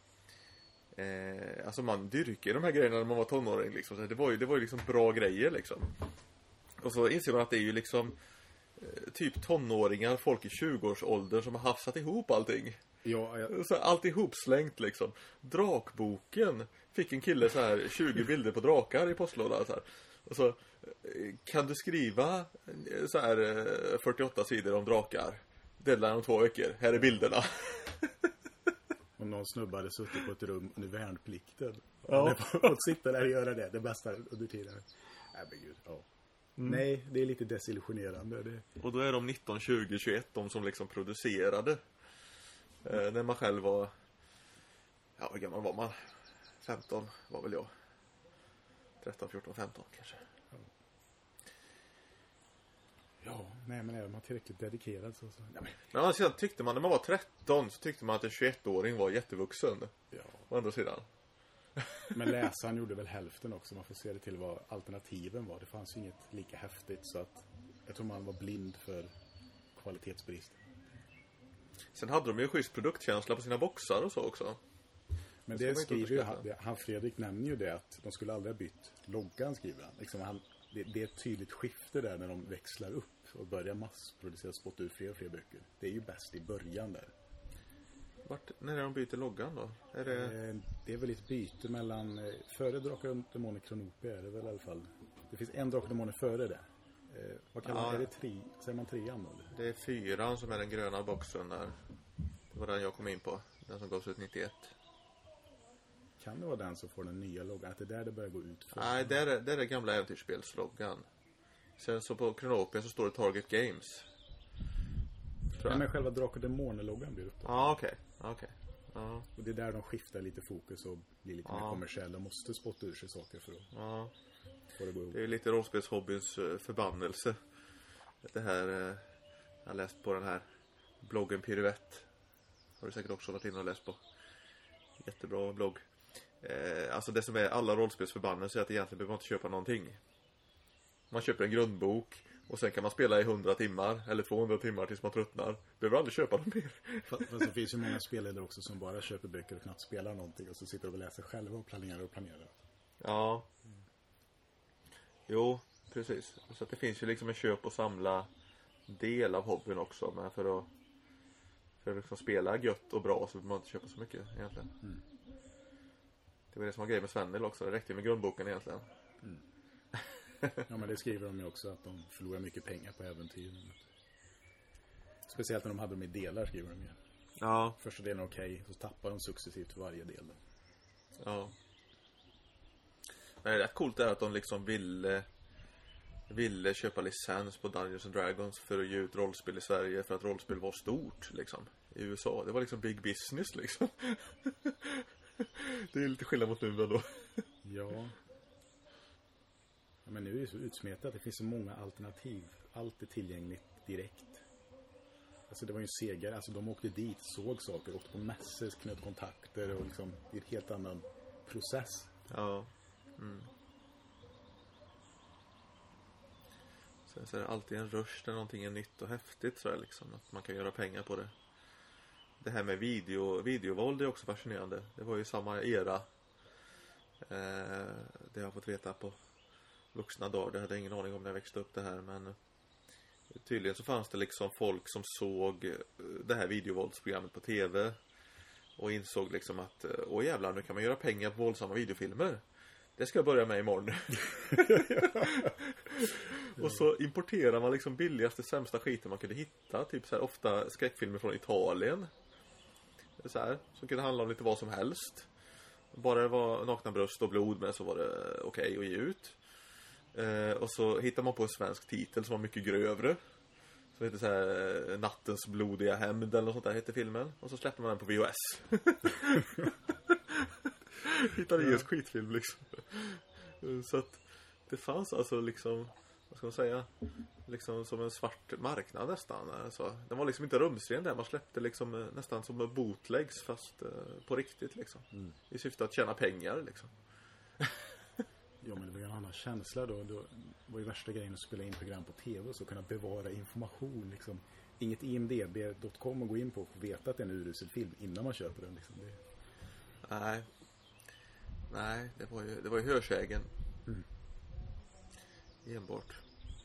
Eh, alltså man dyrker de här grejerna när man var tonåring liksom. Så det var ju, det var ju liksom bra grejer liksom. Och så inser man att det är ju liksom eh, typ tonåringar, folk i tjugo-årsåldern som har hafsat ihop allting. Ja, ja. Så allt ihop slängt liksom. Drakboken fick en kille så här tjugo bilder på drakar i postlådan så här. Och så eh, kan du skriva så här eh, fyrtioåtta sidor om drakar. Deadline om två veckor. Här är bilderna. Och någon snubbe hade suttit på ett rum under värnplikten. Ja. Och sitta där och göra det. Det bästa under tiden. Nej, men gud. Ja. Mm. Nej, det är lite desillusionerande. Det... Och då är de nitton, tjugo, tjugoett de som liksom producerade. Eh, när man själv var... Ja, hur gammal var man? femton var väl jag. tretton, fjorton, femton kanske. Ja, ja nej men är man tillräckligt dedikerad så... så. Ja, men... men alltså, tyckte man när man var tretton så tyckte man att en tjugoett-åring var jättevuxen. Ja. Å andra sidan. Men läsaren gjorde väl hälften också. Man får se det till vad alternativen var. Det fanns ju inget lika häftigt så att jag tror man var blind för kvalitetsbrist. Sen hade de ju schysst produktkänsla på sina boxar och så också. Men det, det skriver ju, han, han Fredrik nämner ju det att de skulle aldrig ha bytt loggan, skriver han. Liksom han det, det är ett tydligt skifte där när de växlar upp och börjar massproducera, spotta ut fler och fler böcker. Det är ju bäst i början där. Vart, när är de byter loggan då? Är det... det är väl ett byte mellan, före Drakar och Demoner Kronopia är det väl i alla fall. Det finns en Drakar och Demoner före det. Eh, vad kan ja. man, är det tre, säger man trean då? Eller? Det är fyran som är den gröna boxen där. Det var den jag kom in på. Den som gavs ut nittioett. Kan det vara den som får den nya loggan? Att det är där det börjar gå ut för? Nej, det är det är gamla äventyrsspelsloggan. Sen så på Kronopia så står det Target Games. Ja, men själva Drakar och Demoner-loggan blir upp då. Ja, okej. Okay. Okay. Ja. Och det är där de skiftar lite fokus och blir lite ja. mer kommersiella. De måste spotta ur sig saker för att ja. få det gå ihop. Det är lite rollspelshobbyns förbannelse. Det här, jag har läst på den här bloggen Piruett. Har du säkert också varit inne och läst på. Jättebra blogg. Eh, alltså det som är alla rollspelsförbannelser är att egentligen behöver man inte köpa någonting. Man köper en grundbok och sen kan man spela i hundra timmar eller tvåhundra timmar tills man tröttnar. Behöver aldrig köpa något mer. Fast det finns ju många spelare också som bara köper böcker och knappt spelar någonting och så sitter de och läser själva och planerar och planerar. Ja. Mm. Jo, precis. Så att det finns ju liksom en köp och samla del av hobbyn också. Men för att, för att liksom spela gött och bra så behöver man inte köpa så mycket egentligen. Mm. Det var det som var grejen med Svennel också. Det räckte med grundboken egentligen. Mm. Ja, men det skriver de ju också att de förlorar mycket pengar på äventyren. Speciellt när de hade dem i delar skriver de ju. Ja. Första delen är okej, så tappar de successivt för varje del. Ja. Men det är rätt coolt är att de liksom ville ville köpa licens på Dungeons and Dragons för att ge ut rollspel i Sverige för att rollspel var stort liksom i U S A. Det var liksom big business liksom. Det är lite skillnad mot nu då. Ja. Men nu är det så utsmetat. Det finns så många alternativ. Allt är tillgängligt direkt. Alltså det var ju en seger. Alltså de åkte dit, såg saker, åkte på mässor, knöt kontakter och liksom det är en helt annan process. Ja. Mm. Sen så är det alltid en rush när någonting är nytt och häftigt så är det liksom att man kan göra pengar på det. Det här med video, videovåld är också fascinerande. Det var ju samma era. Eh, det har jag fått veta på vuxna dagar. Det hade jag ingen aning om när jag växte upp det här. Men tydligen så fanns det liksom folk som såg det här videovåldsprogrammet på tv. Och insåg liksom att åh jävlar, nu kan man göra pengar på våldsamma videofilmer. Det ska jag börja med imorgon. Och så importerar man liksom billigaste, sämsta skiten man kunde hitta. Typ så här ofta skräckfilmer från Italien. Så här, som kunde handla om lite vad som helst. Bara det var nakna bröst och blod med så var det okej okay att ge ut. Eh, och så hittar man på en svensk titel som var mycket grövre. Som heter så här Nattens blodiga hämnd eller något sånt där heter filmen. Och så släppte man den på V H S. Italiensk skitfilm liksom. Så att det fanns alltså liksom, vad ska man säga, liksom som en svart marknad nästan. Alltså, den var liksom inte rumsren där. Man släppte liksom nästan som bootlegs fast uh, på riktigt liksom. Mm. I syfte att tjäna pengar liksom. Ja, men det var ju en annan känsla då. Det var ju värsta grejen att spela in program på tv och så kunna bevara information liksom. Inget I M D B punkt com att gå in på och veta att det är en urusel film innan man köper den liksom. Det... Nej. Nej, det var ju, det var ju hörsägen. Mm. Enbart.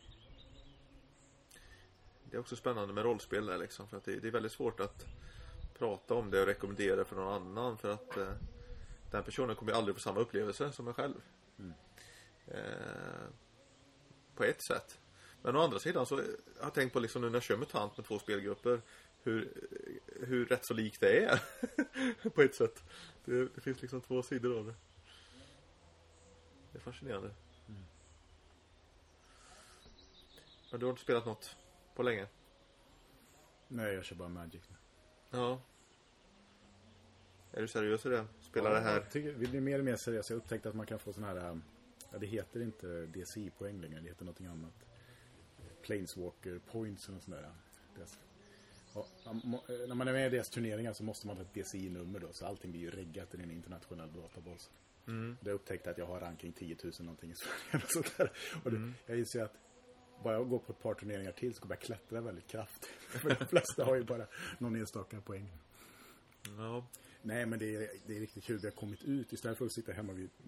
Det är också spännande med rollspel där liksom. För att det, det är väldigt svårt att prata om det och rekommendera för någon annan. För att eh, den personen kommer ju aldrig få samma upplevelse som jag själv. Mm. Eh, på ett sätt. Men å andra sidan så har jag tänkt på liksom nu när jag kör MUTANT med två spelgrupper. Hur, hur rätt så likt det är. På ett sätt. Det, det finns liksom två sidor av det. Det är fascinerande. Mm. Men du har inte spelat något på länge? Nej, jag kör bara Magic nu. Ja. Är du seriös i det? Spelar ja, det här? Jag tycker vi blir mer och mer seriösa. Jag upptäckte att man kan få sån här, ja, det heter inte D C I-poäng längre. Det heter någonting annat. Planeswalker points och sån där. Deras, ja, när man är med i deras turneringar så måste man ha ett D C I-nummer då. Så allting blir ju reggat i en internationell databas. Mm. Det upptäckte att jag har ranking tio tusen någonting i Sverige och sånt där. Och det, mm. jag inser att bara jag går på ett par turneringar till så kommer jag klättra väldigt kraftigt. För de flesta har ju bara någon enstaka poäng. Ja. Nej, men det är, det är riktigt kul. Vi har kommit ut istället för att sitta hemma vid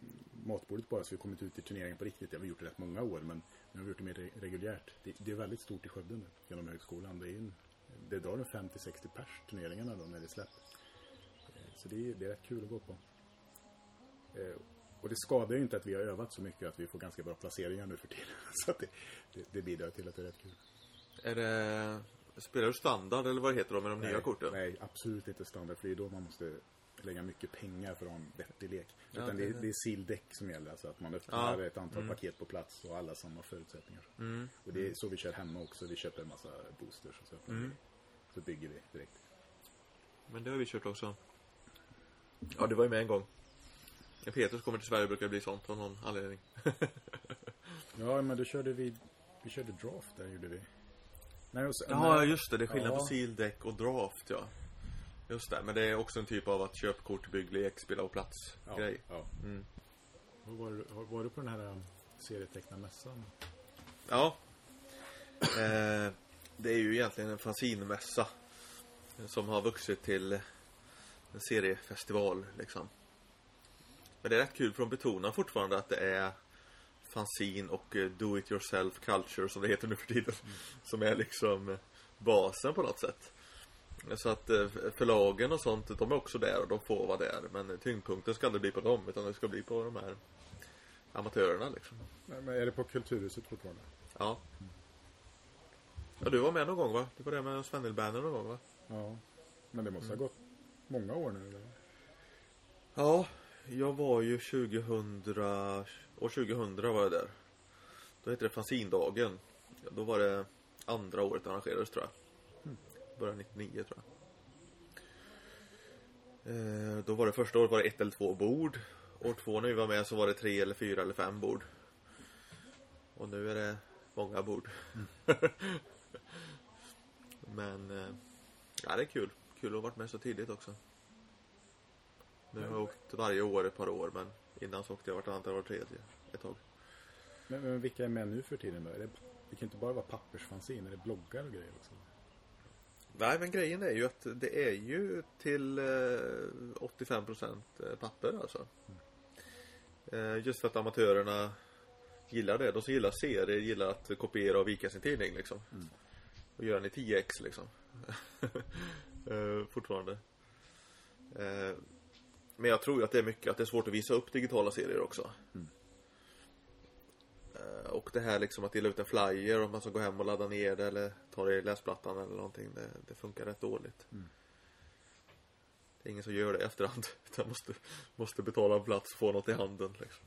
matbordet bara så vi kommit ut i turneringen på riktigt. Jag har gjort det rätt många år, men nu har vi gjort det mer reguljärt. Det, det är väldigt stort i Skövde nu, genom högskolan. Det, är en, det drar en femtio till sextio pers turneringarna då när det släpps. Så det är, det är rätt kul att gå på. Och det skadar ju inte att vi har övat så mycket att vi får ganska bra placeringar nu för tiden. Så att det, det, det bidrar till att det är rätt kul. Är det... Spelar du standard eller vad det heter då med de nej, nya korten? Nej, absolut inte standard. För det är då man måste lägga mycket pengar för att ha en vettig lek. Ja, Utan det, det, det är sealdäck som gäller. Alltså att man öppnar ja. ett antal mm. paket på plats och alla samma förutsättningar. Mm. Och det är så vi kör hemma också. Vi köper en massa boosters och så, mm. så bygger vi direkt. Men det har vi kört också. Ja, det var ju med en gång. När Petrus kommer till Sverige brukar det bli sånt av någon anledning. Ja, men då körde vi vi körde draft där gjorde vi. Nej, så, ja, men, just det. Det är skillnad ja. på sealdeck och draft, ja. Just det, men det är också en typ av att köpkort, bygglek, spela på plats ja, grej. Ja. Mm. Var, var, var du på den här serietecknarmässan? Ja. eh, det är ju egentligen en fanzinmässa som har vuxit till en seriefestival liksom. Men det är rätt kul för de betonar fortfarande att det är fanzin och do it yourself culture som det heter nu för tiden. Mm. Som är liksom basen på något sätt. Så att förlagen och sånt, de är också där och de får vara där. Men tyngdpunkten ska aldrig bli på dem, utan det ska bli på de här amatörerna liksom. Men är det på Kulturhuset fortfarande? Ja. Ja, du var med någon gång, va? Du var där med Svennilbanden någon gång, va? Ja. Men det måste ha gått många år nu, eller? Ja, jag var ju tjugohundra... År tjugohundra var jag där. Då hette det Fanzindagen. Då var det andra året det arrangerades, tror jag. Mm. Började nittionio, tror jag. Eh, då var det första året var det ett eller två bord. År två när vi var med så var det tre eller fyra eller fem bord. Och nu är det många bord. Mm. Men eh, ja, det är kul. Kul att ha varit med så tidigt också. Nu har jag åkt varje år ett par år, men innan så åkte jag vartannat var tredje ett tag. Men, men vilka är med nu för tiden då? Är det, det kan inte bara vara pappersfanzin, är det bloggar och grejer också? Nej, men grejen är ju att det är ju till eh, åttiofem procent papper alltså. Mm. Eh, just för att amatörerna gillar det. De som gillar serier gillar att kopiera och vika sin tidning liksom. Mm. Och göra den i tio ex liksom. eh, fortfarande. Eh, men jag tror ju att det är mycket att det är svårt att visa upp digitala serier också. Mm. Eh, och det här liksom att dela ut en flyer om man ska gå hem och ladda ner det eller ta det i läsplattan eller någonting, det, det funkar rätt dåligt. Mm. Det är ingen som gör det i efterhand, utan måste, måste betala en plats och få något i handen liksom.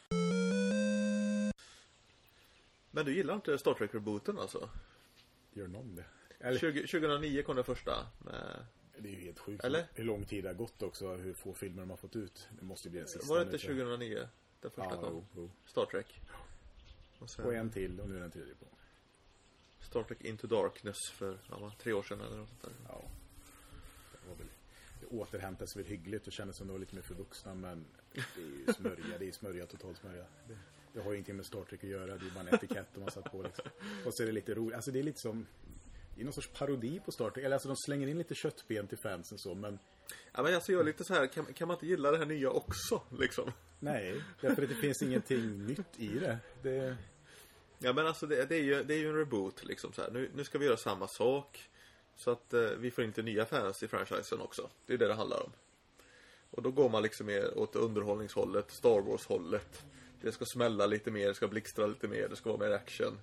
Men du gillar inte Star Trek-rebooten alltså? Gör någon det? Eller... tjugo, tjugohundranio kom den första med... Det är ju helt sjukt. Eller? Hur lång tid det har gått också, hur få filmer de har fått ut. Det måste ju bli den sista. Var det inte tjugohundranio? Den första ja, kom? Jo, jo. Star Trek. Och, sen... och en till, och nu är den tredje på. Star Trek Into Darkness för ja, tre år sedan eller något sånt där. Ja. Det var väl... Det återhämtas väl hyggligt och kändes som det var lite mer för vuxna, men det är ju smörja, det är smörja, totalt smörja. Det, det har ju ingenting med Star Trek att göra, det är bara en etikett de har satt på liksom. Och så är det lite roligt, alltså det är lite som det är någon sorts parodi på Star Trek, eller alltså de slänger in lite köttben till fansen så, men ja, men alltså jag är lite så här, kan, kan man inte gilla det här nya också liksom? Nej, därför att det finns ingenting nytt i det. Det ja, men alltså det, det är ju det är ju en reboot liksom så här. Nu nu ska vi göra samma sak så att eh, vi får inte nya fans i franchisen också. Det är det det handlar om. Och då går man liksom mer åt underhållningshållet, Star Wars-hållet. Det ska smälla lite mer, det ska blixtra lite mer, det ska vara mer action.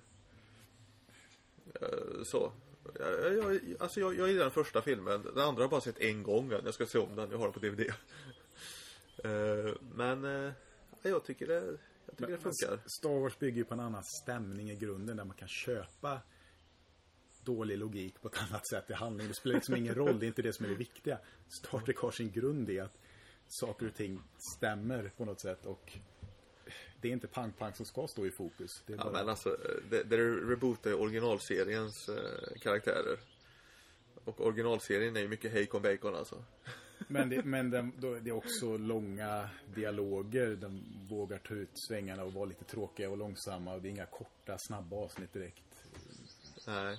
Uh, så. Jag, jag, alltså jag, jag gillar den första filmen. Den andra har jag bara sett en gång. Jag ska se om den, jag har den på D V D. uh, men uh, jag tycker det, jag tycker men, det funkar. Star Wars bygger ju på en annan stämning i grunden, där man kan köpa dålig logik på ett annat sätt i handling. Det spelar liksom ingen roll, det är inte det som är det viktiga. Star Trek har sin grund i att saker och ting stämmer på något sätt, och det är inte pang-pang som ska stå i fokus. Det är ja, bara... men alltså, det, det rebootar originalseriens eh, karaktärer. Och originalserien är ju mycket hejkon bacon alltså. Men, det, men den, då, det är också långa dialoger. De vågar ta ut svängarna och vara lite tråkiga och långsamma. Och det är inga korta, snabba avsnitt direkt. Nej.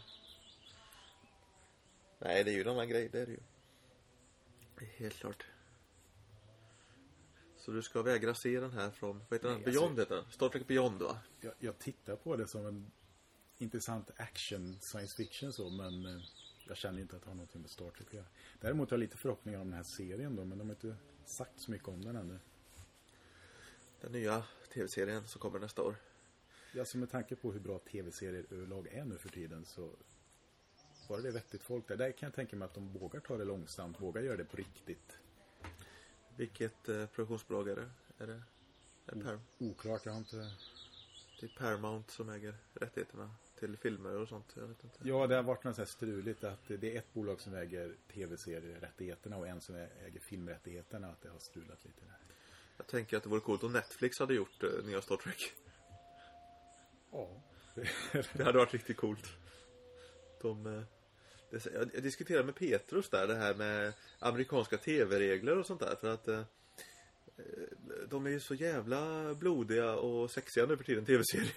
Nej, det är ju de här grejerna, det är det ju. Det är helt klart. Så du ska vägra se den här från, vad heter den? Nej, Beyond alltså, heter den. Star Trek Beyond va? Jag, jag tittar på det som en intressant action, science fiction så, men eh, jag känner inte att det har någonting med Star Trek att göra. Däremot har jag lite förhoppningar om den här serien då, men de har inte sagt så mycket om den ännu. Den nya tv-serien som kommer nästa år. Ja, så med tanke på hur bra tv-serier överlag är nu för tiden så var det vettigt folk där. Där kan jag tänka mig att de vågar ta det långsamt, vågar göra det på riktigt. Vilket eh, produktionsbolag är det? Är det, är det Param- Oklart, jag har inte... Det är Paramount som äger rättigheterna till filmer och sånt, jag vet inte. Ja, det har varit något så här struligt att det är ett bolag som äger tv-serierättigheterna och en som äger filmrättigheterna, att det har strulat lite där. Jag tänker att det vore coolt om Netflix hade gjort uh, nya Star Trek. Ja. Det hade varit riktigt coolt. De, uh, det, jag diskuterade med Petrus där det här med amerikanska tv-regler och sånt där. För att uh, de är ju så jävla blodiga och sexiga nu för tiden, tv-serier.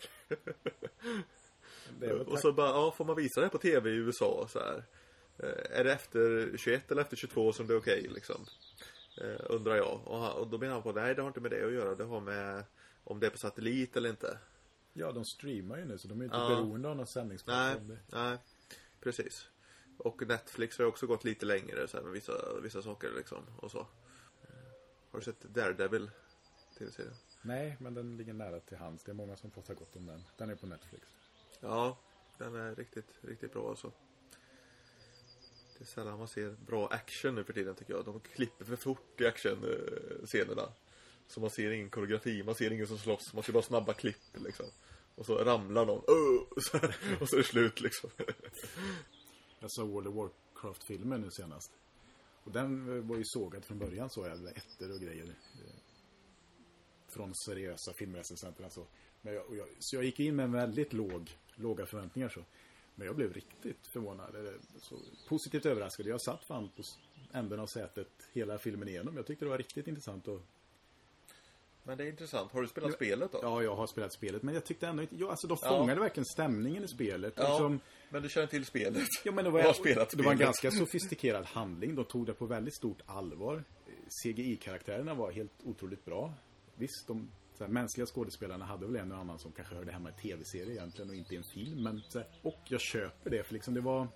Och så bara, ja, får man visa det här på tv i U S A så här. Är det efter tjugoett eller efter tjugotvå som det är okej okay, liksom? Eh, undrar jag. Och, och då menar han på, nej det har inte med det att göra. Det har med om det är på satellit eller inte. Ja, de streamar ju nu så de är inte ja. beroende av någon sändningsplattform. Nej, nej, precis. Och Netflix har också gått lite längre så här, med vissa, vissa saker liksom. Och så. Har du sett Daredevil tv-serien? Nej, men den ligger nära till hands. Det är många som pratar gott om den. Den är på Netflix. Ja, den är riktigt, riktigt bra alltså. Det är sällan man ser bra action nu för tiden tycker jag. De klipper för fort i actionscenerna. Så man ser ingen koreografi, man ser ingen som slåss. Man ser bara snabba klipp liksom. Och så ramlar någon. Och så är det slut liksom. Jag såg World of Warcraft-filmen nu senast. Och den var ju sågad från början så jag ettor och grejer. Från seriösa filmrecensenterna så. Men jag, och jag, så jag gick in med väldigt låg, låga förväntningar så. Men jag blev riktigt förvånad. Så positivt överraskad. Jag satt fan på änden av sätet hela filmen igenom. Jag tyckte det var riktigt intressant. Och... Men det är intressant. Har du spelat jag, spelet då? Ja, jag har spelat spelet. Men jag tyckte ändå inte... Ja, alltså de fångade ja. verkligen stämningen i spelet. Ja, liksom, men du känner till spelet. Ja, men det var, jag, spelat det var en ganska sofistikerad handling. De tog det på väldigt stort allvar. C G I-karaktärerna var helt otroligt bra. Visst, de så här, mänskliga skådespelarna hade väl en och annan som kanske hörde hemma i tv-serie egentligen och inte i en film. Men, så här, och jag köper det, för liksom det var...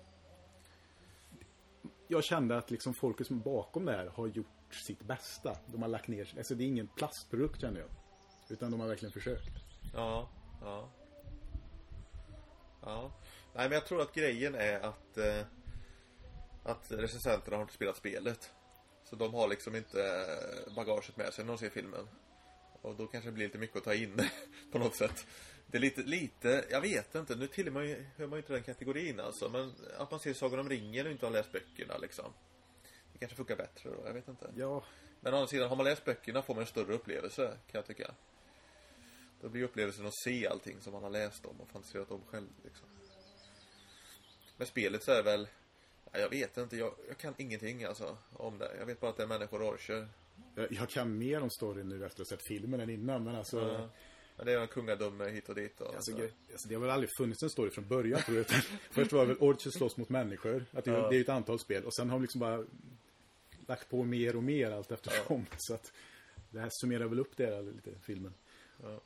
Jag kände att liksom folket som bakom det här har gjort sitt bästa. De har lagt ner... Alltså det är ingen plastprodukt känner jag. Utan de har verkligen försökt. Ja, ja. Ja. Nej, men jag tror att grejen är att... Eh, att recensenterna har inte spelat spelet. Så de har liksom inte bagaget med sig när de ser filmen. Och då kanske det blir lite mycket att ta in på något sätt. Det är lite, lite, jag vet inte, nu tillhör man ju, hör man ju inte den kategorin alltså. Men att man ser Sagan om ringen och inte har läst böckerna liksom. Det kanske funkar bättre då, jag vet inte. Ja. Men å andra sidan, har man läst böckerna får man en större upplevelse, kan jag tycka. Då blir upplevelsen att se allting som man har läst om och fantiserat om själv liksom. Men spelet så är väl, jag vet inte, jag, jag kan ingenting alltså om det. Jag vet bara att det är människor och orcher. Jag, jag kan mer om storyn nu efter att ha sett filmen än innan, men alltså... Ja. Men det är en kungadöme hit och dit. Och alltså, alltså, det har väl aldrig funnits en story från början, tror jag. Först var det väl orcher slåss mot människor. Att det, ja. det är ett antal spel. Och sen har de liksom bara lagt på mer och mer allt eftersom. Ja. Så att det här summerar väl upp det lite, filmen. Ja.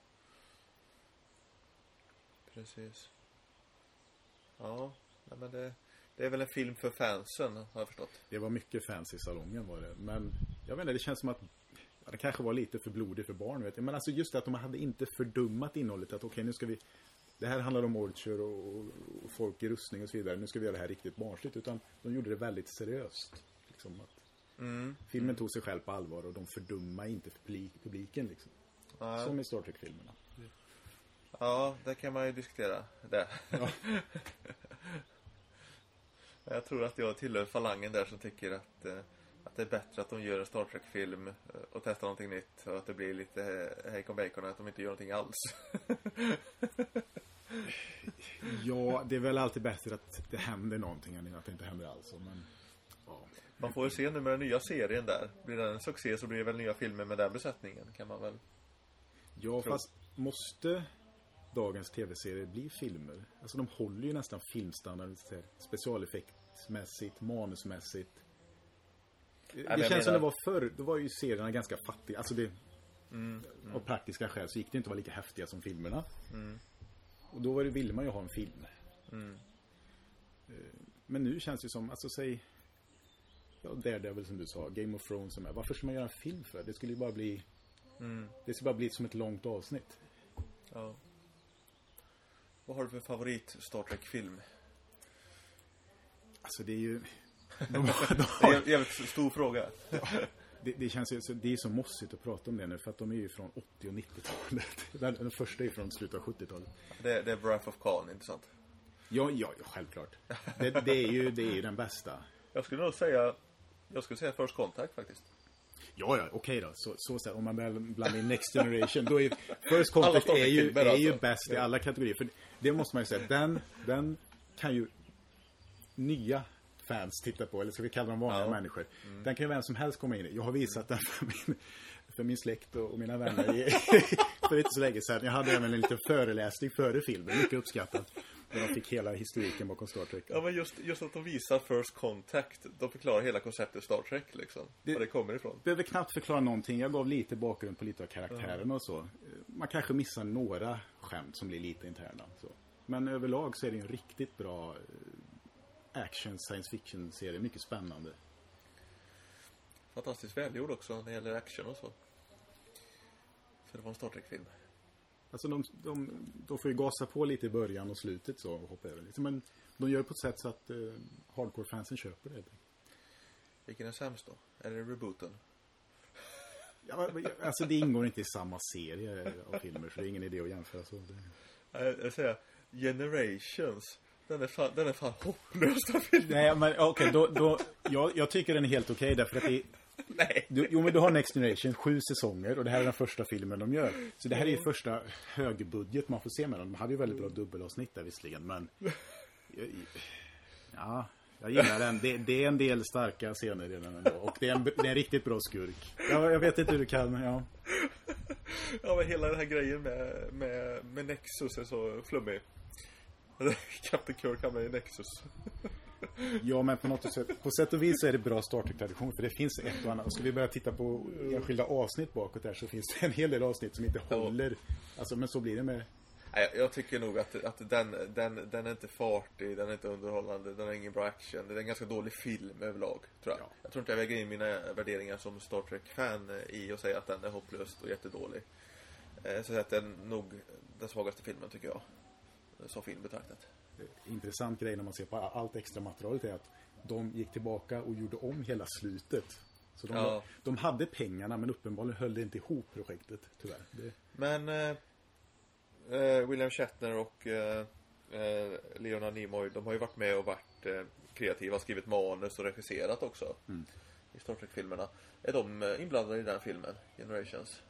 Precis. Ja, men det... Det är väl en film för fansen, har jag förstått. Det var mycket fans i salongen var det. Men jag vet inte, det känns som att ja, det kanske var lite för blodigt för barn. Vet jag. Men alltså just det att de hade inte fördummat innehållet. Att okej, okay, nu ska vi... Det här handlar om orcher och, och, och folk i rustning och så vidare. Nu ska vi göra det här riktigt barnsligt. Utan de gjorde det väldigt seriöst. Liksom att mm. Filmen tog sig själv på allvar och de fördummade inte för publik, publiken. Liksom. Ja. Som i Star Trek-filmerna. Ja, där kan man ju diskutera det. Ja. Jag tror att jag tillhör falangen där som tycker att, eh, att det är bättre att de gör en Star Trek-film och testar någonting nytt. Och att det blir lite hejkon bacon att de inte gör någonting alls. Ja, det är väl alltid bättre att det händer någonting än att det inte händer alls. Men, ja. Man får ju se nu med den nya serien där. Blir den en succé så blir det väl nya filmer med den besättningen, kan man väl. Ja, tro. Fast måste dagens tv-serier bli filmer? Alltså de håller ju nästan filmstandard, specialeffektmässigt, manusmässigt. Det känns menar... som det var förr. Då var ju serierna ganska fattiga. Alltså det... Mm, mm. Av praktiska skäl så gick det inte att vara lika häftiga som filmerna. Mm. Och då var det, ville man ju ha en film. Mm. Men nu känns det som, alltså säg, ja, Daredevil som du sa, Game of Thrones som är. Varför ska man göra en film för? Det skulle ju bara bli mm. det skulle bara bli som ett långt avsnitt. Ja. Vad har du för favorit Star Trek-film? Alltså det är ju de, de har... Det är en jävligt stor fråga. Ja. Det, det känns ju, det är så mossigt att prata om det nu för att de är ju från åttio- och nittiotalet. Den, den första är från slutet av sjuttiotalet. Det, det är Wrath of Khan, inte sant? Ja, ja, ja självklart. Det, det, är ju, det är ju den bästa. Jag skulle nog säga jag skulle säga First Contact faktiskt. Ja, ja, okej okay då. Så, så, så om man blandar in Next Generation då är First Contact är ju, är ju alltså. bäst i alla kategorier. För det måste man ju säga. Den, den kan ju nya fans titta på, eller ska vi kalla dem vanliga ja. människor. Mm. Den kan ju vem som helst komma in i. Jag har visat den för min, för min släkt och, och mina vänner för inte så länge sedan. Jag hade även en liten föreläsning före filmen, mycket uppskattat. Där de fick hela historiken bakom Star Trek. Ja, men just, just att de visar First Contact, de förklarar hela konceptet Star Trek liksom. Det, var det kommer ifrån. Behöver knappt förklara någonting. Jag gav lite bakgrund på lite av karaktären mm. och så. Man kanske missar några skämt som blir lite interna. Så. Men överlag så är det en riktigt bra action science fiction serie, mycket spännande. Fantastiskt välgjord också när det gäller action och så. Så det var en Star Trek-film. Alltså de, de, de får ju gasa på lite i början och slutet så och hoppa över lite. Men de gör på ett sätt så att eh, hardcore-fansen köper det. Vilken är sämst då? Är det rebooten? Ja, alltså det ingår inte i samma serie av filmer så det är ingen idé att jämföra så. Jag, jag säger Generations. Den är fan, den är fan hopplös. Nej, men okej, okay, då, då jag, jag tycker den är helt okej okay, därför att det Nej. Du, jo, men du har Next Generation, sju säsonger och det här är den första filmen de gör. Så det här är ju första högbudget man får se med dem. De hade ju väldigt bra dubbelavsnitt där visserligen, men jag, ja, jag gillar den. Det, det är en del starka scener i den ändå. Och det är en, det är en riktigt bra skurk. Jag, jag vet inte hur du kan, men ja. Ja, men hela den här grejen med, med, med Nexus är så flummig. Captain Kirk hamnar i Nexus. Ja, men på något sätt, på sätt och vis så är det bra Star Trek-tradition för det finns ett och annat. Och ska vi börja titta på enskilda avsnitt bakåt där så finns det en hel del avsnitt som inte håller. Alltså, men så blir det med. Jag, jag tycker nog att, att den, den, den är inte fartig, den är inte underhållande, den har ingen bra action. Det är en ganska dålig film överlag, tror jag. Ja. Jag tror inte jag väger in mina värderingar som Star Trek-fan i och säga att den är hopplöst och jättedålig. Så att den är nog den svagaste filmen tycker jag. Som film betraktat. Intressant grej när man ser på allt extra materialet är att de gick tillbaka och gjorde om hela slutet. Så de, ja. de hade pengarna men uppenbarligen höll det inte ihop projektet, tyvärr. Det... Men eh, William Shatner och eh, Leonard Nimoy, de har ju varit med och varit eh, kreativa, skrivit manus och regisserat också mm. i Star Trek-filmerna. Är de inblandade i den filmen, Generations?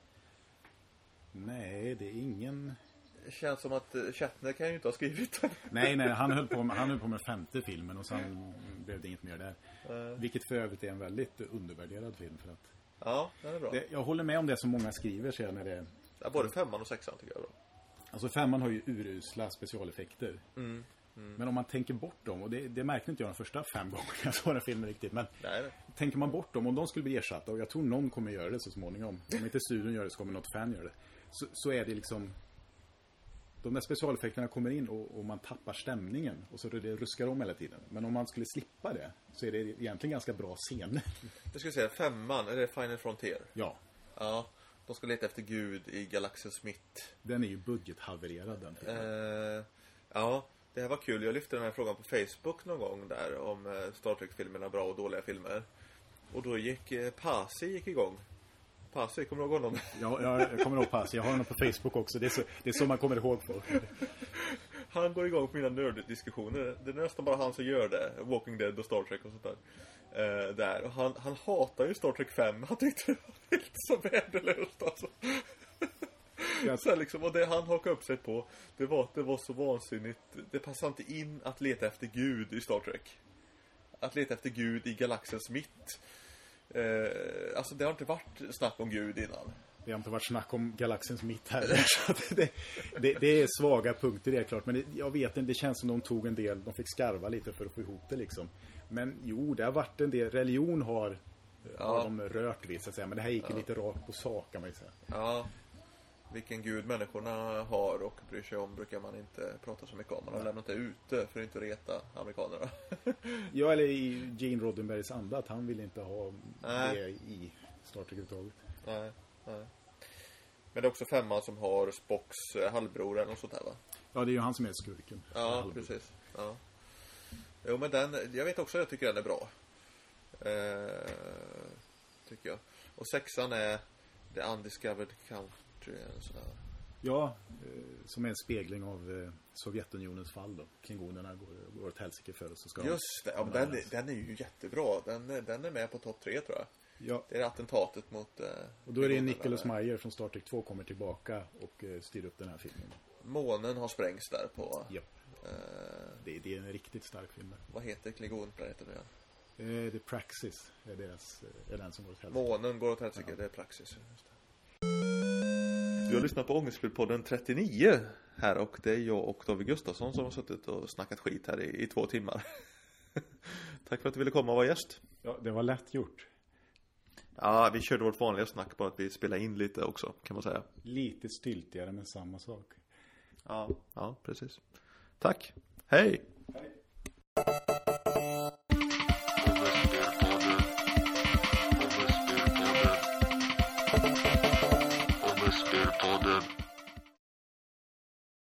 Nej, det är ingen... Det känns som att Shatner kan ju inte ha skrivit den. Nej, nej, han höll på med, han höll på med femte filmen och sen blev det inget mer där. Uh. Vilket för övrigt är en väldigt undervärderad film för att... Ja, den är bra. Det, jag håller med om det som många skriver sen när det... Ja, både femman och sexan tycker jag är bra. Alltså femman har ju urusla specialeffekter. Mm. Mm. Men om man tänker bort dem, och det, det märkte inte jag de första fem gångerna jag såg den filmen riktigt, men nej, nej. Tänker man bort dem, om de skulle bli ersatta, och jag tror någon kommer göra det så småningom, om inte studion gör det så kommer något fan göra det, så, så är det liksom de där specialeffekterna kommer in och, och man tappar stämningen och så det ruskar om hela tiden. Men om man skulle slippa det så är det egentligen ganska bra scener. Jag skulle säga femman, är det Final Frontier? Ja. Ja, de ska leta efter Gud i galaxen Smith. Den är ju budgethavererad den filmen. Uh, ja, det här var kul. Jag lyfte den här frågan på Facebook någon gång där om uh, Star Trek-filmerna, bra och dåliga filmer. Och då gick uh, Pasi gick igång. Pasi, kommer du ihåg honom? Ja, jag kommer ihåg Pasi. Jag har honom på Facebook också. Det är så, det är så man kommer ihåg folk. Han går igång på mina nörddiskussioner. Det är nästan bara han som gör det. Walking Dead och Star Trek och sånt där. Uh, där. Och han, han hatar ju Star Trek fem. Han tyckte det var helt så värdelöst alltså. Så liksom, och det han hakade upp sig på, det var att det var så vansinnigt. Det passade inte in att leta efter Gud i Star Trek. Att leta efter Gud i galaxen Smith. Eh, alltså det har inte varit snack om Gud innan. Det har inte varit snack om galaxens mitt här. Så att det, det, det är svaga punkter, det är klart. Men det, jag vet inte, det känns som de tog en del, de fick skarva lite för att få ihop det liksom. Men jo, det har varit en del, religion har, ja. har de rört vid så att säga. Men det här gick ju ja. lite rakt på sak kan man ju säga. Ja, vilken gud människorna har och bryr sig om brukar man inte prata så mycket om. Man har lämnat det ute för att inte reta amerikanerna. Ja, eller i Gene Roddenberrys anda att han vill inte ha Nej. det i Star Trek överhuvudtaget. Nej, nej. Men det är också femman som har Spocks halvbror eller något sånt här va? Ja, det är ju han som är skurken. Ja, precis. Ja. Jo, men den, jag vet också att jag tycker den är bra. Eh, tycker jag. Och sexan är The Undiscovered Country. Eller sådär. Ja, eh, som är en spegling av eh, Sovjetunionens fall då. Klingonerna går, går åt helsike för så ska Just det, ja, men den, den är ju jättebra. Den, den är med på topp tre tror jag. Ja. Det är attentatet mot... Eh, och då är det Nicholas Meyer från Star Trek två kommer tillbaka och eh, styr upp den här filmen. Månen har sprängts där på... Ja. Eh, det, det är en riktigt stark film. Vad heter Klingonplaneten nu igen? Eh, det är Praxis. Är, deras, är den som går åt helsike. Månen går åt helsike, ja. Det är Praxis. Just det. Du har lyssnat på Ångestfylld-podden trettionio här och det är jag och David Gustafsson som har suttit och snackat skit här i, i två timmar. Tack för att du ville komma och vara gäst. Ja, det var lätt gjort. Ja, vi körde vårt vanliga snack bara att vi spelade in lite också, kan man säga. Lite styltigare men samma sak. Ja, ja precis. Tack. Hej! Hej. Ångestfylld-podden.